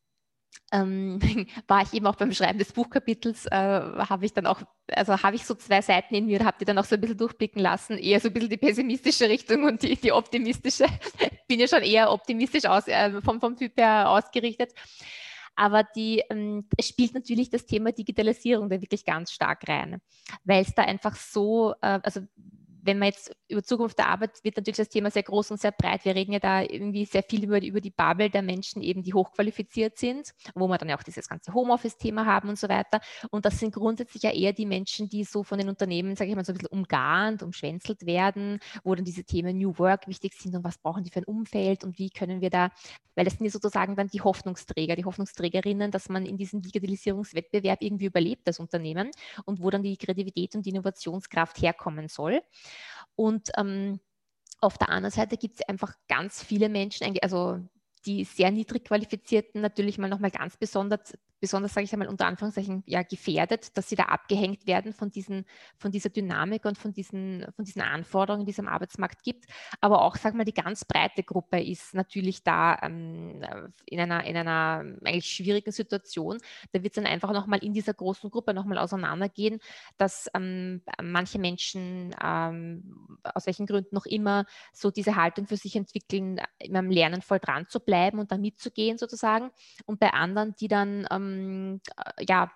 war ich eben auch beim Schreiben des Buchkapitels, habe ich so 2 Seiten in mir, habe die dann auch so ein bisschen durchblicken lassen, eher so ein bisschen die pessimistische Richtung und die optimistische. Bin ja schon eher optimistisch vom Typ her ausgerichtet. Aber es spielt natürlich das Thema Digitalisierung da wirklich ganz stark rein, weil es da einfach so, also wenn man jetzt über Zukunft der Arbeit, wird natürlich das Thema sehr groß und sehr breit. Wir reden ja da irgendwie sehr viel über die Bubble der Menschen eben, die hochqualifiziert sind, wo wir dann ja auch dieses ganze Homeoffice-Thema haben und so weiter. Und das sind grundsätzlich ja eher die Menschen, die so von den Unternehmen, sage ich mal, so ein bisschen umgarnt, umschwänzelt werden, wo dann diese Themen New Work wichtig sind und was brauchen die für ein Umfeld und wie können wir da, weil das sind ja sozusagen dann die Hoffnungsträger, die Hoffnungsträgerinnen, dass man in diesem Digitalisierungswettbewerb irgendwie überlebt als Unternehmen und wo dann die Kreativität und die Innovationskraft herkommen soll. Und auf der anderen Seite gibt es einfach ganz viele Menschen, also die sehr niedrig qualifizierten natürlich mal nochmal ganz besonders sage ich einmal unter Anführungszeichen, ja, gefährdet, dass sie da abgehängt werden von dieser Dynamik und von diesen Anforderungen, die es am Arbeitsmarkt gibt. Aber auch, sag mal, die ganz breite Gruppe ist natürlich da in einer eigentlich schwierigen Situation. Da wird es dann einfach nochmal in dieser großen Gruppe nochmal auseinandergehen, dass manche Menschen aus welchen Gründen noch immer so diese Haltung für sich entwickeln, im Lernen voll dran zu bleiben und da mitzugehen sozusagen. Und bei anderen, die dann ja,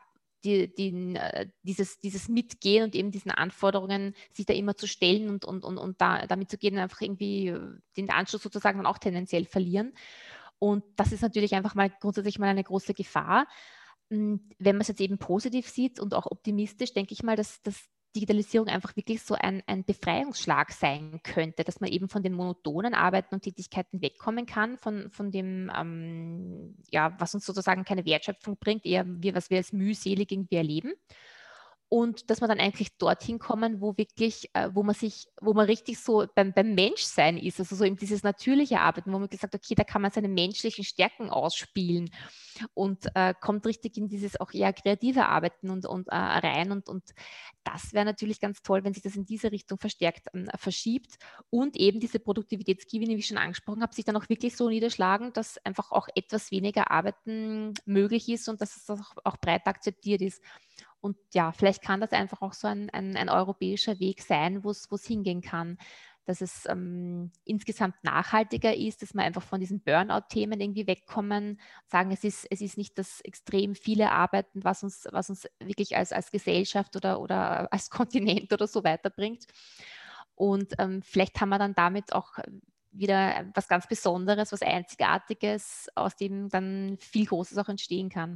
dieses Mitgehen und eben diesen Anforderungen, sich da immer zu stellen und damit zu gehen, einfach irgendwie den Anschluss sozusagen dann auch tendenziell verlieren. Und das ist natürlich einfach mal grundsätzlich mal eine große Gefahr. Wenn man es jetzt eben positiv sieht und auch optimistisch, denke ich mal, dass Digitalisierung einfach wirklich so ein Befreiungsschlag sein könnte, dass man eben von den monotonen Arbeiten und Tätigkeiten wegkommen kann, von dem, ja, was uns sozusagen keine Wertschöpfung bringt, eher was wir als mühselig irgendwie erleben. Und dass man dann eigentlich dorthin kommen, wo wirklich, wo man richtig so beim Menschsein ist, also so eben dieses natürliche Arbeiten, wo man gesagt, okay, da kann man seine menschlichen Stärken ausspielen und kommt richtig in dieses auch eher kreative Arbeiten und rein. Und das wäre natürlich ganz toll, wenn sich das in diese Richtung verstärkt verschiebt und eben diese Produktivitätsgewinne, wie ich schon angesprochen habe, sich dann auch wirklich so niederschlagen, dass einfach auch etwas weniger Arbeiten möglich ist und dass es auch breit akzeptiert ist. Und ja, vielleicht kann das einfach auch so ein europäischer Weg sein, wo es hingehen kann, dass es insgesamt nachhaltiger ist, dass wir einfach von diesen Burnout-Themen irgendwie wegkommen, sagen, es ist nicht das extrem viele Arbeiten, was uns wirklich als Gesellschaft oder als Kontinent oder so weiterbringt. Und vielleicht haben wir dann damit auch wieder was ganz Besonderes, was Einzigartiges, aus dem dann viel Großes auch entstehen kann.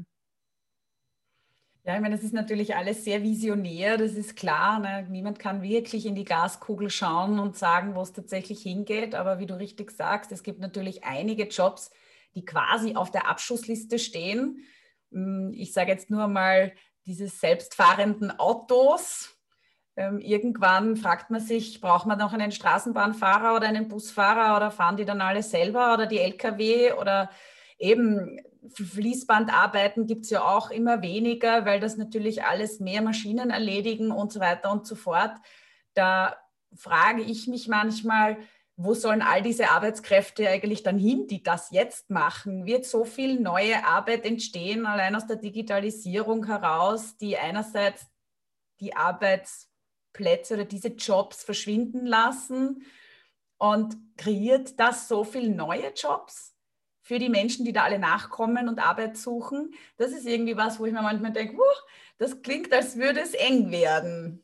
Ja, ich meine, das ist natürlich alles sehr visionär, das ist klar. Ne? Niemand kann wirklich in die Glaskugel schauen und sagen, wo es tatsächlich hingeht. Aber wie du richtig sagst, es gibt natürlich einige Jobs, die quasi auf der Abschussliste stehen. Ich sage jetzt nur mal diese selbstfahrenden Autos. Irgendwann fragt man sich, braucht man noch einen Straßenbahnfahrer oder einen Busfahrer oder fahren die dann alle selber oder die LKW oder eben Fließbandarbeiten gibt es ja auch immer weniger, weil das natürlich alles mehr Maschinen erledigen und so weiter und so fort. Da frage ich mich manchmal, wo sollen all diese Arbeitskräfte eigentlich dann hin, die das jetzt machen? Wird so viel neue Arbeit entstehen, allein aus der Digitalisierung heraus, die einerseits die Arbeitsplätze oder diese Jobs verschwinden lassen und kreiert das so viele neue Jobs für die Menschen, die da alle nachkommen und Arbeit suchen? Das ist irgendwie was, wo ich mir manchmal denke, das klingt, als würde es eng werden.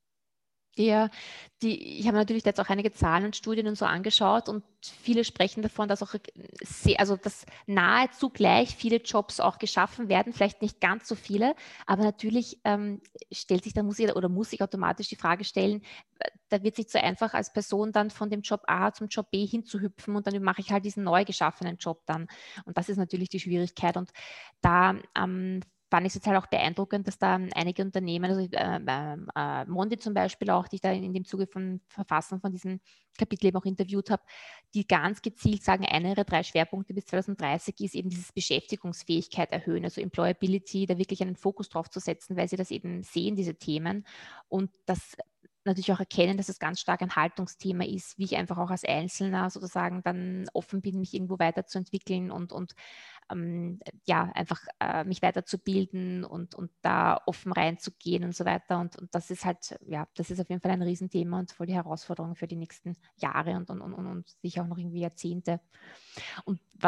Ja, ich habe natürlich jetzt auch einige Zahlen und Studien und so angeschaut und viele sprechen davon, dass auch also dass nahezu gleich viele Jobs auch geschaffen werden, vielleicht nicht ganz so viele, aber natürlich stellt sich, da muss sich automatisch die Frage stellen, da wird es nicht so einfach als Person dann von dem Job A zum Job B hinzuhüpfen und dann mache ich halt diesen neu geschaffenen Job dann. Und das ist natürlich die Schwierigkeit und da fand ich es jetzt halt auch beeindruckend, dass da einige Unternehmen, also Mondi zum Beispiel auch, die ich da in dem Zuge von Verfassen von diesem Kapitel eben auch interviewt habe, die ganz gezielt sagen, einer ihrer 3 Schwerpunkte bis 2030 ist eben dieses Beschäftigungsfähigkeit erhöhen, also Employability, da wirklich einen Fokus drauf zu setzen, weil sie das eben sehen, diese Themen und das natürlich auch erkennen, dass es ganz stark ein Haltungsthema ist, wie ich einfach auch als Einzelner sozusagen dann offen bin, mich irgendwo weiterzuentwickeln und ja, einfach mich weiterzubilden und da offen reinzugehen und so weiter. Und das ist halt, ja, das ist auf jeden Fall ein Riesenthema und voll die Herausforderung für die nächsten Jahre und sicher auch noch irgendwie Jahrzehnte. Und was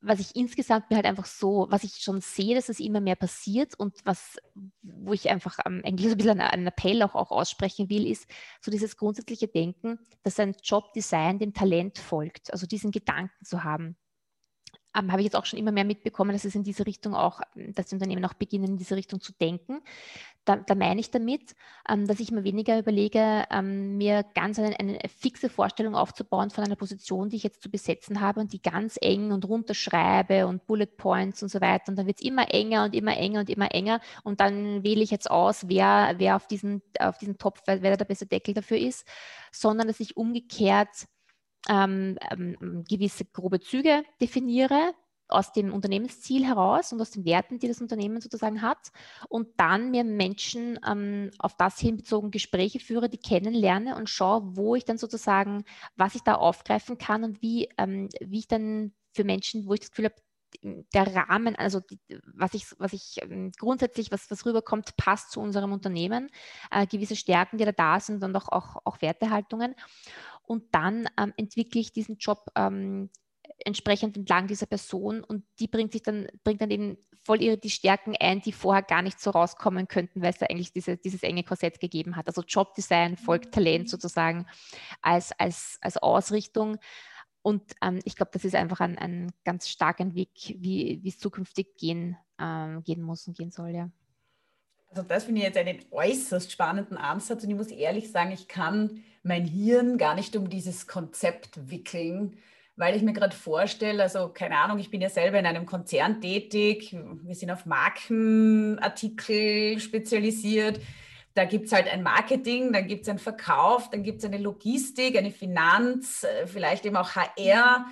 was ich insgesamt mir halt einfach so, was ich schon sehe, dass es immer mehr passiert und wo ich einfach eigentlich so ein bisschen einen Appell auch aussprechen will, ist so dieses grundsätzliche Denken, dass ein Jobdesign dem Talent folgt, also diesen Gedanken zu haben. Habe ich jetzt auch schon immer mehr mitbekommen, dass es in diese Richtung auch, dass die Unternehmen auch beginnen, in diese Richtung zu denken. Da meine ich damit, dass ich mir weniger überlege, mir ganz eine fixe Vorstellung aufzubauen von einer Position, die ich jetzt zu besetzen habe und die ganz eng und runterschreibe und Bullet Points und so weiter. Und dann wird es immer enger und immer enger und immer enger. Und dann wähle ich jetzt aus, wer auf diesen Topf, wer der beste Deckel dafür ist, sondern dass ich umgekehrt gewisse grobe Züge definiere aus dem Unternehmensziel heraus und aus den Werten, die das Unternehmen sozusagen hat, und dann mir Menschen auf das hinbezogen Gespräche führe, die kennenlerne und schaue, wo ich dann sozusagen, was ich da aufgreifen kann und wie ich dann für Menschen, wo ich das Gefühl habe, der Rahmen, also was ich grundsätzlich, was rüberkommt, passt zu unserem Unternehmen, gewisse Stärken, die da sind und auch Wertehaltungen. Und dann entwickle ich diesen Job entsprechend entlang dieser Person, und die bringt dann eben voll die Stärken ein, die vorher gar nicht so rauskommen könnten, weil es da eigentlich dieses enge Korsett gegeben hat. Also Jobdesign folgt Talent sozusagen als Ausrichtung. Und ich glaube, das ist einfach ein ganz starker Weg, wie es zukünftig gehen muss und gehen soll, ja. Also das finde ich jetzt einen äußerst spannenden Ansatz, und ich muss ehrlich sagen, ich kann mein Hirn gar nicht um dieses Konzept wickeln, weil ich mir gerade vorstelle, also keine Ahnung, ich bin ja selber in einem Konzern tätig, wir sind auf Markenartikel spezialisiert, da gibt es halt ein Marketing, dann gibt es einen Verkauf, dann gibt es eine Logistik, eine Finanz, vielleicht eben auch HR.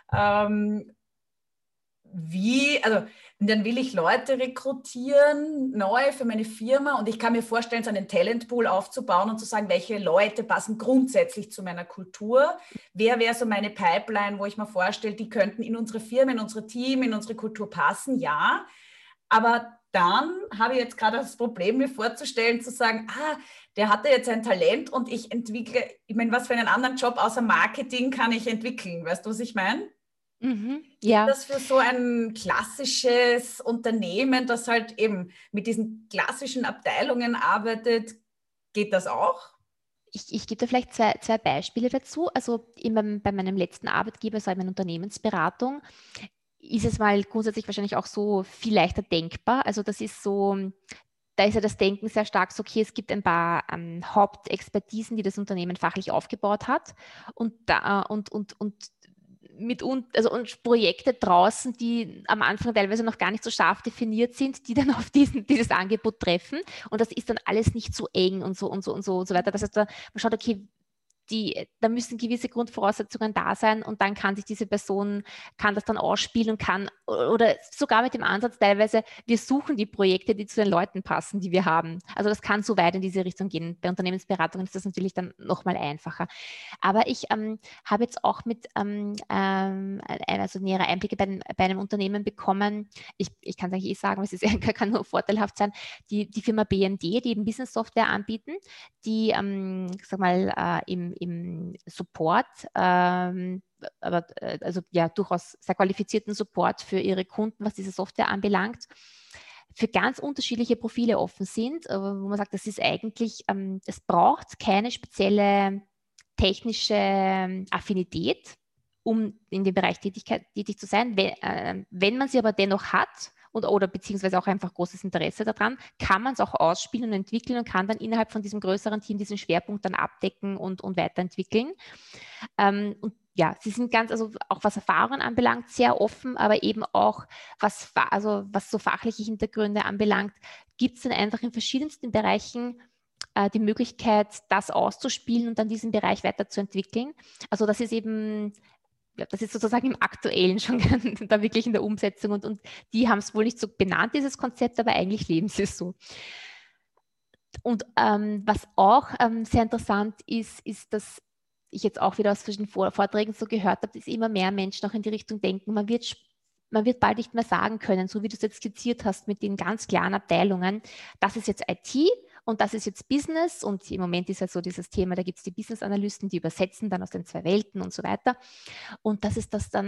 Also und dann will ich Leute rekrutieren, neu für meine Firma, und ich kann mir vorstellen, so einen Talentpool aufzubauen und zu sagen, welche Leute passen grundsätzlich zu meiner Kultur. Wer wäre so meine Pipeline, wo ich mir vorstelle, die könnten in unsere Firma, in unser Team, in unsere Kultur passen, ja. Aber dann habe ich jetzt gerade das Problem, mir vorzustellen, zu sagen, der hatte jetzt ein Talent und ich entwickle, ich meine, was für einen anderen Job außer Marketing kann ich entwickeln? Weißt du, was ich meine? Geht Ja. das für so ein klassisches Unternehmen, das halt eben mit diesen klassischen Abteilungen arbeitet, geht das auch? Ich gebe da vielleicht zwei Beispiele dazu. Also bei meinem letzten Arbeitgeber, so eine Unternehmensberatung, ist es mal grundsätzlich wahrscheinlich auch so viel leichter denkbar. Also das ist so, da ist ja das Denken sehr stark so, okay, es gibt ein paar Hauptexpertisen, die das Unternehmen fachlich aufgebaut hat, und und Projekte draußen, die am Anfang teilweise noch gar nicht so scharf definiert sind, die dann auf dieses Angebot treffen. Und das ist dann alles nicht so eng und so weiter. Das heißt, man schaut, okay, da müssen gewisse Grundvoraussetzungen da sein, und dann kann sich diese Person, kann das dann ausspielen und kann, oder sogar mit dem Ansatz teilweise, wir suchen die Projekte, die zu den Leuten passen, die wir haben. Also das kann so weit in diese Richtung gehen. Bei Unternehmensberatungen ist das natürlich dann nochmal einfacher. Aber ich habe jetzt auch also nähere Einblicke bei einem Unternehmen bekommen. Ich kann es eigentlich sagen, es kann nur vorteilhaft sein. Die Firma BND, die eben Business-Software anbieten, die, sag mal, im Support, also ja, durchaus sehr qualifizierten Support für ihre Kunden, was diese Software anbelangt, für ganz unterschiedliche Profile offen sind, wo man sagt, das ist eigentlich, es braucht keine spezielle technische Affinität, um in dem Bereich tätig zu sein. Wenn man sie aber dennoch hat, oder beziehungsweise auch einfach großes Interesse daran, kann man es auch ausspielen und entwickeln und kann dann innerhalb von diesem größeren Team diesen Schwerpunkt dann abdecken und weiterentwickeln. Und ja, sie sind ganz, also auch was Erfahrungen anbelangt, sehr offen, aber eben auch was so fachliche Hintergründe anbelangt, gibt es dann einfach in verschiedensten Bereichen die Möglichkeit, das auszuspielen und dann diesen Bereich weiterzuentwickeln. Also das ist eben, ja, das ist sozusagen im Aktuellen schon da wirklich in der Umsetzung, und die haben es wohl nicht so benannt, dieses Konzept, aber eigentlich leben sie es so. Und was auch sehr interessant ist, dass ich jetzt auch wieder aus verschiedenen Vorträgen so gehört habe, dass immer mehr Menschen auch in die Richtung denken, man wird bald nicht mehr sagen können, so wie du es jetzt skizziert hast mit den ganz klaren Abteilungen, das ist jetzt IT und das ist jetzt Business, und im Moment ist ja so dieses Thema, da gibt es die Business-Analysten, die übersetzen dann aus den zwei Welten und so weiter, und dass es das dann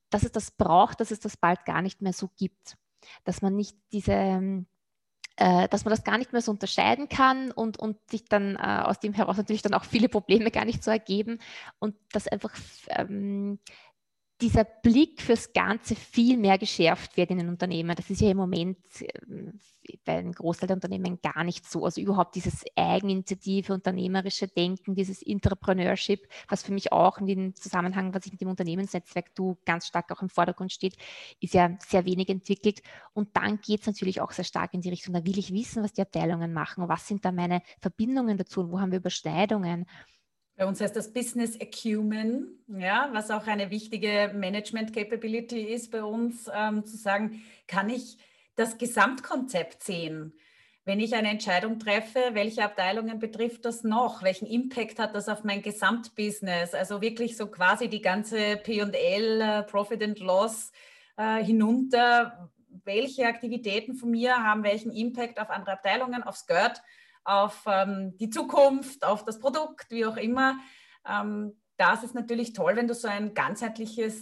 dass es das braucht, dass es das bald gar nicht mehr so gibt. Dass man nicht dass man das gar nicht mehr so unterscheiden kann und sich dann aus dem heraus natürlich dann auch viele Probleme gar nicht so ergeben und dass einfach dieser Blick fürs Ganze viel mehr geschärft wird in den Unternehmen. Das ist ja im Moment bei einem Großteil der Unternehmen gar nicht so. Also überhaupt dieses Eigeninitiative, unternehmerische Denken, dieses Entrepreneurship, was für mich auch in dem Zusammenhang, was ich mit dem Unternehmensnetzwerk ganz stark auch im Vordergrund steht, ist ja sehr wenig entwickelt. Und dann geht es natürlich auch sehr stark in die Richtung, da will ich wissen, was die Abteilungen machen und was sind da meine Verbindungen dazu und wo haben wir Überschneidungen. Bei uns heißt das Business Acumen, ja, was auch eine wichtige Management Capability ist bei uns, zu sagen, kann ich das Gesamtkonzept sehen? Wenn ich eine Entscheidung treffe, welche Abteilungen betrifft das noch? Welchen Impact hat das auf mein Gesamtbusiness? Also wirklich so quasi die ganze P&L, Profit and Loss hinunter. Welche Aktivitäten von mir haben welchen Impact auf andere Abteilungen, aufs Geld, auf die Zukunft, auf das Produkt, wie auch immer. Das ist natürlich toll, wenn du so eine ganzheitliche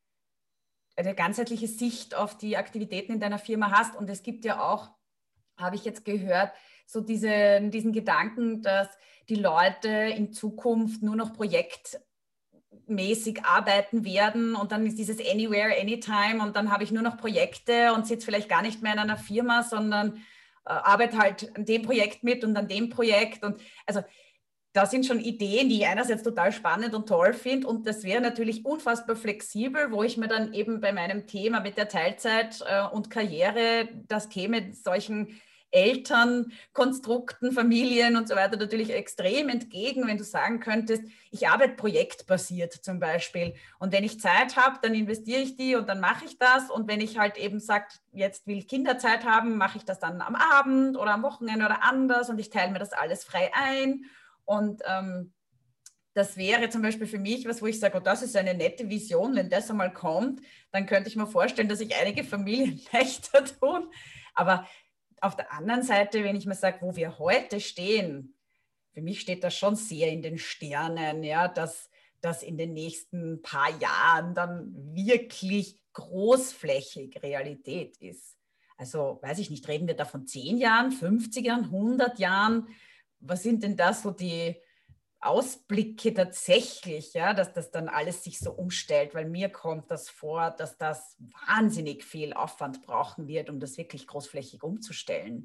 Sicht auf die Aktivitäten in deiner Firma hast. Und es gibt ja auch, habe ich jetzt gehört, so diesen Gedanken, dass die Leute in Zukunft nur noch projektmäßig arbeiten werden und dann ist dieses Anywhere, Anytime und dann habe ich nur noch Projekte und sitze vielleicht gar nicht mehr in einer Firma, sondern arbeite halt an dem Projekt mit und an dem Projekt. Und also das sind schon Ideen, die ich einerseits total spannend und toll finde. Und das wäre natürlich unfassbar flexibel, wo ich mir dann eben bei meinem Thema mit der Teilzeit und Karriere, das käme solchen Elternkonstrukten, Familien und so weiter natürlich extrem entgegen, wenn du sagen könntest, ich arbeite projektbasiert zum Beispiel. Und wenn ich Zeit habe, dann investiere ich die und dann mache ich das. Und wenn ich halt eben sage, jetzt will ich Kinderzeit haben, mache ich das dann am Abend oder am Wochenende oder anders und ich teile mir das alles frei ein. Und das wäre zum Beispiel für mich was, wo ich sage, oh, das ist eine nette Vision. Wenn das einmal kommt, dann könnte ich mir vorstellen, dass sich einige Familien leichter tun. Aber auf der anderen Seite, wenn ich mir sage, wo wir heute stehen, für mich steht das schon sehr in den Sternen, ja, dass das in den nächsten paar Jahren dann wirklich großflächig Realität ist. Also, weiß ich nicht, reden wir da von 10 Jahren, 50 Jahren, 100 Jahren? Was sind denn da so die Ausblicke tatsächlich, ja, dass das dann alles sich so umstellt, weil mir kommt das vor, dass das wahnsinnig viel Aufwand brauchen wird, um das wirklich großflächig umzustellen.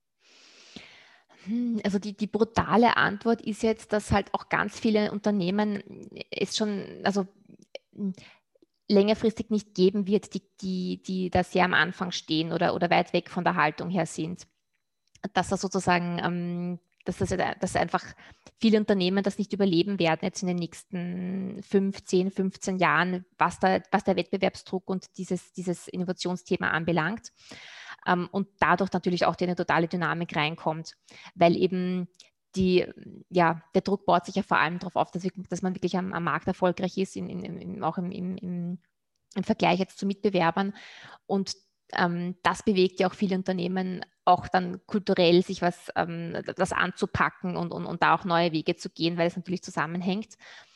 Also die brutale Antwort ist jetzt, dass halt auch ganz viele Unternehmen es schon, also längerfristig nicht geben wird, die da sehr am Anfang stehen oder weit weg von der Haltung her sind. Dass das sozusagen, dass einfach viele Unternehmen das nicht überleben werden jetzt in den nächsten 5, 10, 15 Jahren, was der Wettbewerbsdruck und dieses Innovationsthema anbelangt. Und dadurch natürlich auch eine totale Dynamik reinkommt, weil eben der Druck baut sich ja vor allem darauf auf, dass man wirklich am Markt erfolgreich ist, auch im Vergleich jetzt zu Mitbewerbern. Und das bewegt ja auch viele Unternehmen, auch dann kulturell sich das anzupacken und da auch neue Wege zu gehen, weil es natürlich zusammenhängt.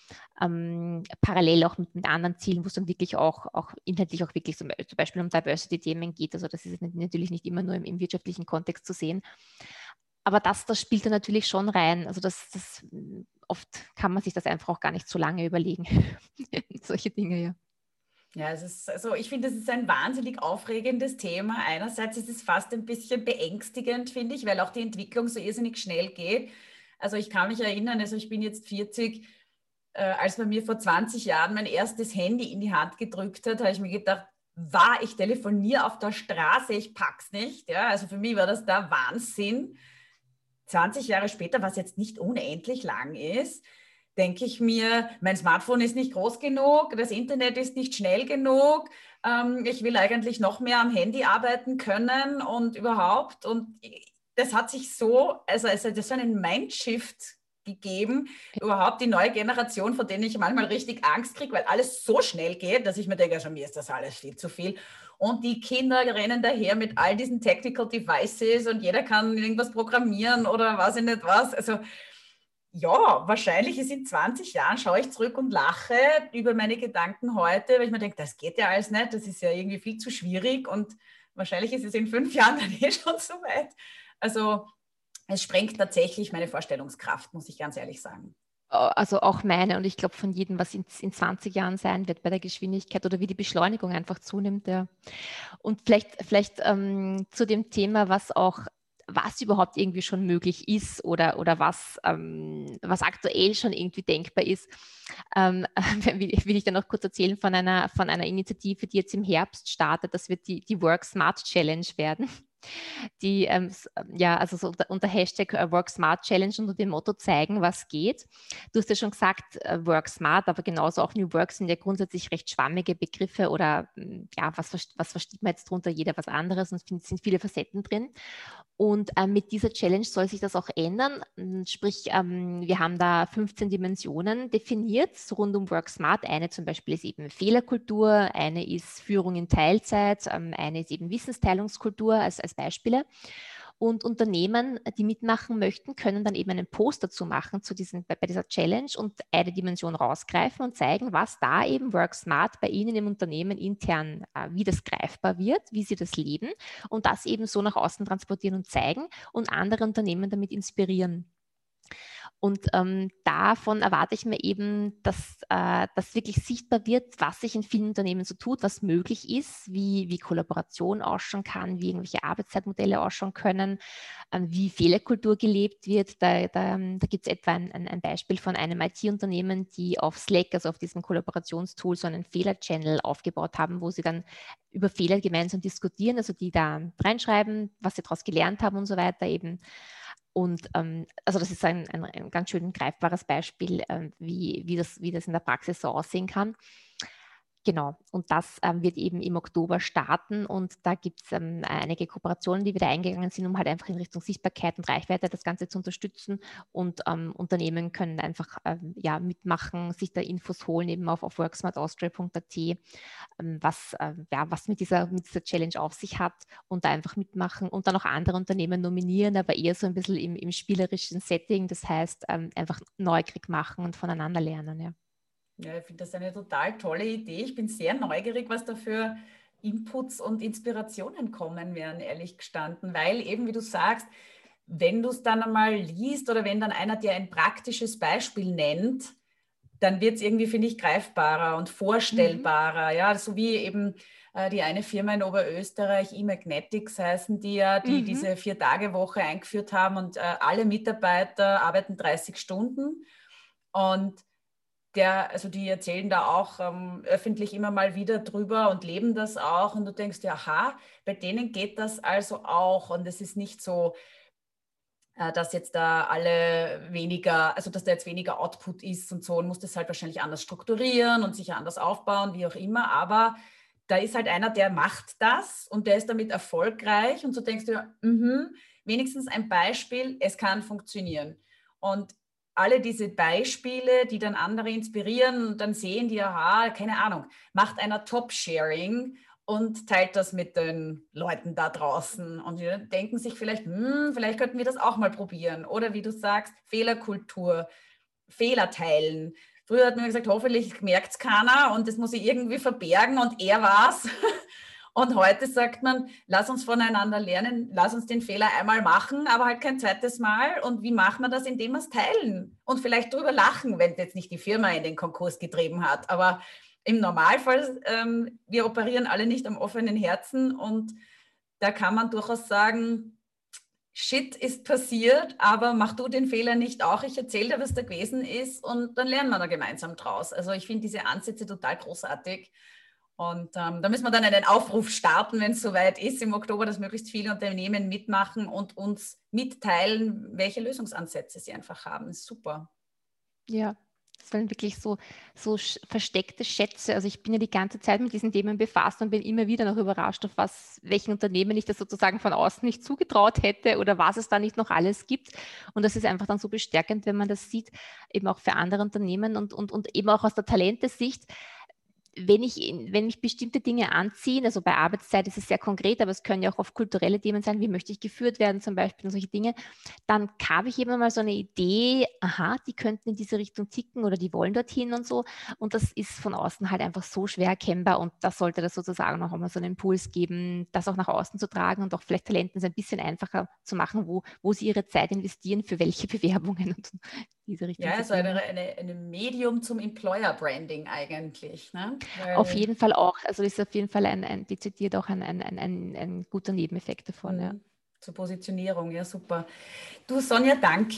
Parallel auch mit anderen Zielen, wo es dann wirklich auch inhaltlich auch wirklich zum Beispiel um Diversity-Themen geht. Also das ist natürlich nicht immer nur im wirtschaftlichen Kontext zu sehen. Aber das spielt da natürlich schon rein. Also oft kann man sich das einfach auch gar nicht so lange überlegen. Solche Dinge, ja. Ja, also ich finde, es ist ein wahnsinnig aufregendes Thema. Einerseits ist es fast ein bisschen beängstigend, finde ich, weil auch die Entwicklung so irrsinnig schnell geht. Also ich kann mich erinnern, also ich bin jetzt 40, als man mir vor 20 Jahren mein erstes Handy in die Hand gedrückt hat, habe ich mir gedacht, ich telefoniere auf der Straße, ich pack's nicht. Ja, also für mich war das der Wahnsinn. 20 Jahre später, was jetzt nicht unendlich lang ist, denke ich mir, mein Smartphone ist nicht groß genug, das Internet ist nicht schnell genug, ich will eigentlich noch mehr am Handy arbeiten können und überhaupt. Und das hat sich so, also es hat so einen Mindshift gegeben, überhaupt die neue Generation, von denen ich manchmal richtig Angst kriege, weil alles so schnell geht, dass ich mir denke, also mir ist das alles viel zu viel. Und die Kinder rennen daher mit all diesen Technical Devices und jeder kann irgendwas programmieren oder weiß ich nicht was. Also Ja, wahrscheinlich ist in 20 Jahren, schaue ich zurück und lache über meine Gedanken heute, weil ich mir denke, das geht ja alles nicht, das ist ja irgendwie viel zu schwierig und wahrscheinlich ist es in 5 Jahren dann schon so weit. Also es sprengt tatsächlich meine Vorstellungskraft, muss ich ganz ehrlich sagen. Also auch meine und ich glaube von jedem, was in 20 Jahren sein wird bei der Geschwindigkeit oder wie die Beschleunigung einfach zunimmt. Ja. Und vielleicht zu dem Thema, was überhaupt irgendwie schon möglich ist oder was aktuell schon irgendwie denkbar ist, will ich dann noch kurz erzählen von einer Initiative, die jetzt im Herbst startet. Das wird die Work Smart Challenge werden. Die ja, also so unter Hashtag Work Smart Challenge unter dem Motto zeigen, was geht. Du hast ja schon gesagt, Work Smart, aber genauso auch New Work sind ja grundsätzlich recht schwammige Begriffe oder ja, was versteht man jetzt drunter? Jeder was anderes und es sind viele Facetten drin. Und mit dieser Challenge soll sich das auch ändern. Sprich, wir haben da 15 Dimensionen definiert rund um Work Smart. Eine zum Beispiel ist eben Fehlerkultur, eine ist Führung in Teilzeit, eine ist eben Wissensteilungskultur als Beispiele. Und Unternehmen, die mitmachen möchten, können dann eben einen Post dazu machen bei dieser Challenge und eine Dimension rausgreifen und zeigen, was da eben Work Smart bei Ihnen im Unternehmen intern, wie das greifbar wird, wie Sie das leben und das eben so nach außen transportieren und zeigen und andere Unternehmen damit inspirieren. Und davon erwarte ich mir eben, dass das wirklich sichtbar wird, was sich in vielen Unternehmen so tut, was möglich ist, wie Kollaboration ausschauen kann, wie irgendwelche Arbeitszeitmodelle ausschauen können, wie Fehlerkultur gelebt wird. Da gibt es etwa ein Beispiel von einem IT-Unternehmen, die auf Slack, also auf diesem Kollaborationstool, so einen Fehler-Channel aufgebaut haben, wo sie dann über Fehler gemeinsam diskutieren, also die da reinschreiben, was sie daraus gelernt haben und so weiter eben. Und also das ist ein ganz schön greifbares Beispiel, wie das in der Praxis so aussehen kann. Genau, und das wird eben im Oktober starten und da gibt es einige Kooperationen, die wieder eingegangen sind, um halt einfach in Richtung Sichtbarkeit und Reichweite das Ganze zu unterstützen und Unternehmen können einfach ja, mitmachen, sich da Infos holen, eben auf worksmartaustria.at, was mit dieser Challenge auf sich hat und da einfach mitmachen und dann auch andere Unternehmen nominieren, aber eher so ein bisschen im spielerischen Setting, das heißt einfach neugierig machen und voneinander lernen, ja. Ja, ich finde das eine total tolle Idee. Ich bin sehr neugierig, was da für Inputs und Inspirationen kommen werden, ehrlich gestanden, weil eben, wie du sagst, wenn du es dann einmal liest oder wenn dann einer dir ein praktisches Beispiel nennt, dann wird es irgendwie, finde ich, greifbarer und vorstellbarer. Ja, so wie eben die eine Firma in Oberösterreich, eMagnetics heißen die ja, die diese 4-Tage-Woche eingeführt haben und alle Mitarbeiter arbeiten 30 Stunden und also die erzählen da auch öffentlich immer mal wieder drüber und leben das auch. Und du denkst dir, aha, bei denen geht das also auch. Und es ist nicht so, dass jetzt da alle weniger, also dass da jetzt weniger Output ist und so und muss das halt wahrscheinlich anders strukturieren und sich anders aufbauen, wie auch immer. Aber da ist halt einer, der macht das und der ist damit erfolgreich. Und so denkst du, wenigstens ein Beispiel, es kann funktionieren. Und alle diese Beispiele, die dann andere inspirieren und dann sehen die, aha, keine Ahnung, macht einer Top-Sharing und teilt das mit den Leuten da draußen. Und die denken sich vielleicht, vielleicht könnten wir das auch mal probieren. Oder wie du sagst, Fehlerkultur, Fehler teilen. Früher hat man gesagt, hoffentlich merkt es keiner und das muss ich irgendwie verbergen und er war's. Und heute sagt man, lass uns voneinander lernen, lass uns den Fehler einmal machen, aber halt kein zweites Mal. Und wie macht man das? Indem wir es teilen und vielleicht drüber lachen, wenn jetzt nicht die Firma in den Konkurs getrieben hat. Aber im Normalfall, wir operieren alle nicht am offenen Herzen und da kann man durchaus sagen, Shit ist passiert, aber mach du den Fehler nicht auch. Ich erzähle dir, was da gewesen ist und dann lernen wir da gemeinsam draus. Also ich finde diese Ansätze total großartig. Und da müssen wir dann einen Aufruf starten, wenn es soweit ist im Oktober, dass möglichst viele Unternehmen mitmachen und uns mitteilen, welche Lösungsansätze sie einfach haben. Das ist super. Ja, das waren wirklich so versteckte Schätze. Also ich bin ja die ganze Zeit mit diesen Themen befasst und bin immer wieder noch überrascht, auf welchen Unternehmen ich das sozusagen von außen nicht zugetraut hätte oder was es da nicht noch alles gibt. Und das ist einfach dann so bestärkend, wenn man das sieht, eben auch für andere Unternehmen und eben auch aus der Talentesicht. wenn mich bestimmte Dinge anziehen, also bei Arbeitszeit ist es sehr konkret, aber es können ja auch oft kulturelle Themen sein, wie möchte ich geführt werden zum Beispiel und solche Dinge, dann habe ich immer mal so eine Idee, aha, die könnten in diese Richtung ticken oder die wollen dorthin und so. Und das ist von außen halt einfach so schwer erkennbar und da sollte das sozusagen noch einmal so einen Impuls geben, das auch nach außen zu tragen und auch vielleicht Talenten es ein bisschen einfacher zu machen, wo sie ihre Zeit investieren, für welche Bewerbungen und diese Richtung Ja, zu also gehen. eine Medium zum Employer-Branding eigentlich. Ne? Auf Weil, jeden Fall auch. Also ist auf jeden Fall dezidiert auch ein guter Nebeneffekt davon. Ja. Zur Positionierung, ja, super. Du, Sonja, danke.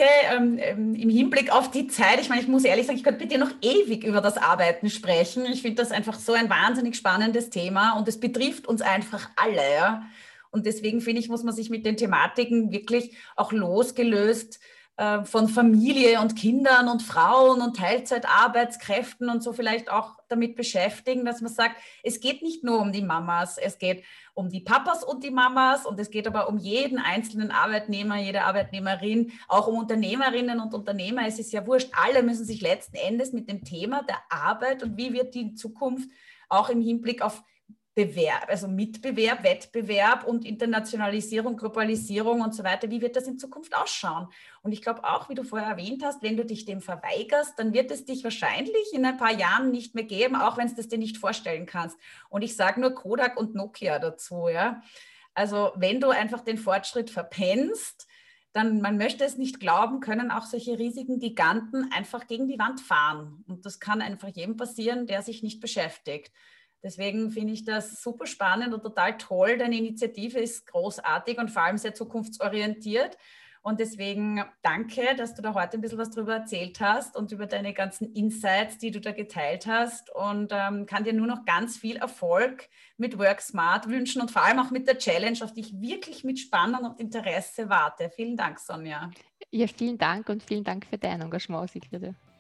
Im Hinblick auf die Zeit, ich meine, ich muss ehrlich sagen, ich könnte mit dir noch ewig über das Arbeiten sprechen. Ich finde das einfach so ein wahnsinnig spannendes Thema und es betrifft uns einfach alle. Ja? Und deswegen finde ich, muss man sich mit den Thematiken wirklich auch losgelöst von Familie und Kindern und Frauen und Teilzeitarbeitskräften und so vielleicht auch damit beschäftigen, dass man sagt, es geht nicht nur um die Mamas, es geht um die Papas und die Mamas und es geht aber um jeden einzelnen Arbeitnehmer, jede Arbeitnehmerin, auch um Unternehmerinnen und Unternehmer. Es ist ja wurscht, alle müssen sich letzten Endes mit dem Thema der Arbeit und wie wird die in Zukunft auch im Hinblick auf Bewerb, also Mitbewerb, Wettbewerb und Internationalisierung, Globalisierung und so weiter, wie wird das in Zukunft ausschauen? Und ich glaube auch, wie du vorher erwähnt hast, wenn du dich dem verweigerst, dann wird es dich wahrscheinlich in ein paar Jahren nicht mehr geben, auch wenn du das dir nicht vorstellen kannst. Und ich sage nur Kodak und Nokia dazu. Ja? Also wenn du einfach den Fortschritt verpennst, dann, man möchte es nicht glauben, können auch solche riesigen Giganten einfach gegen die Wand fahren. Und das kann einfach jedem passieren, der sich nicht beschäftigt. Deswegen finde ich das super spannend und total toll. Deine Initiative ist großartig und vor allem sehr zukunftsorientiert. Und deswegen danke, dass du da heute ein bisschen was drüber erzählt hast und über deine ganzen Insights, die du da geteilt hast. Und kann dir nur noch ganz viel Erfolg mit Work Smart wünschen und vor allem auch mit der Challenge, auf die ich wirklich mit Spannung und Interesse warte. Vielen Dank, Sonja. Ja, vielen Dank und vielen Dank für dein Engagement, Sigrid.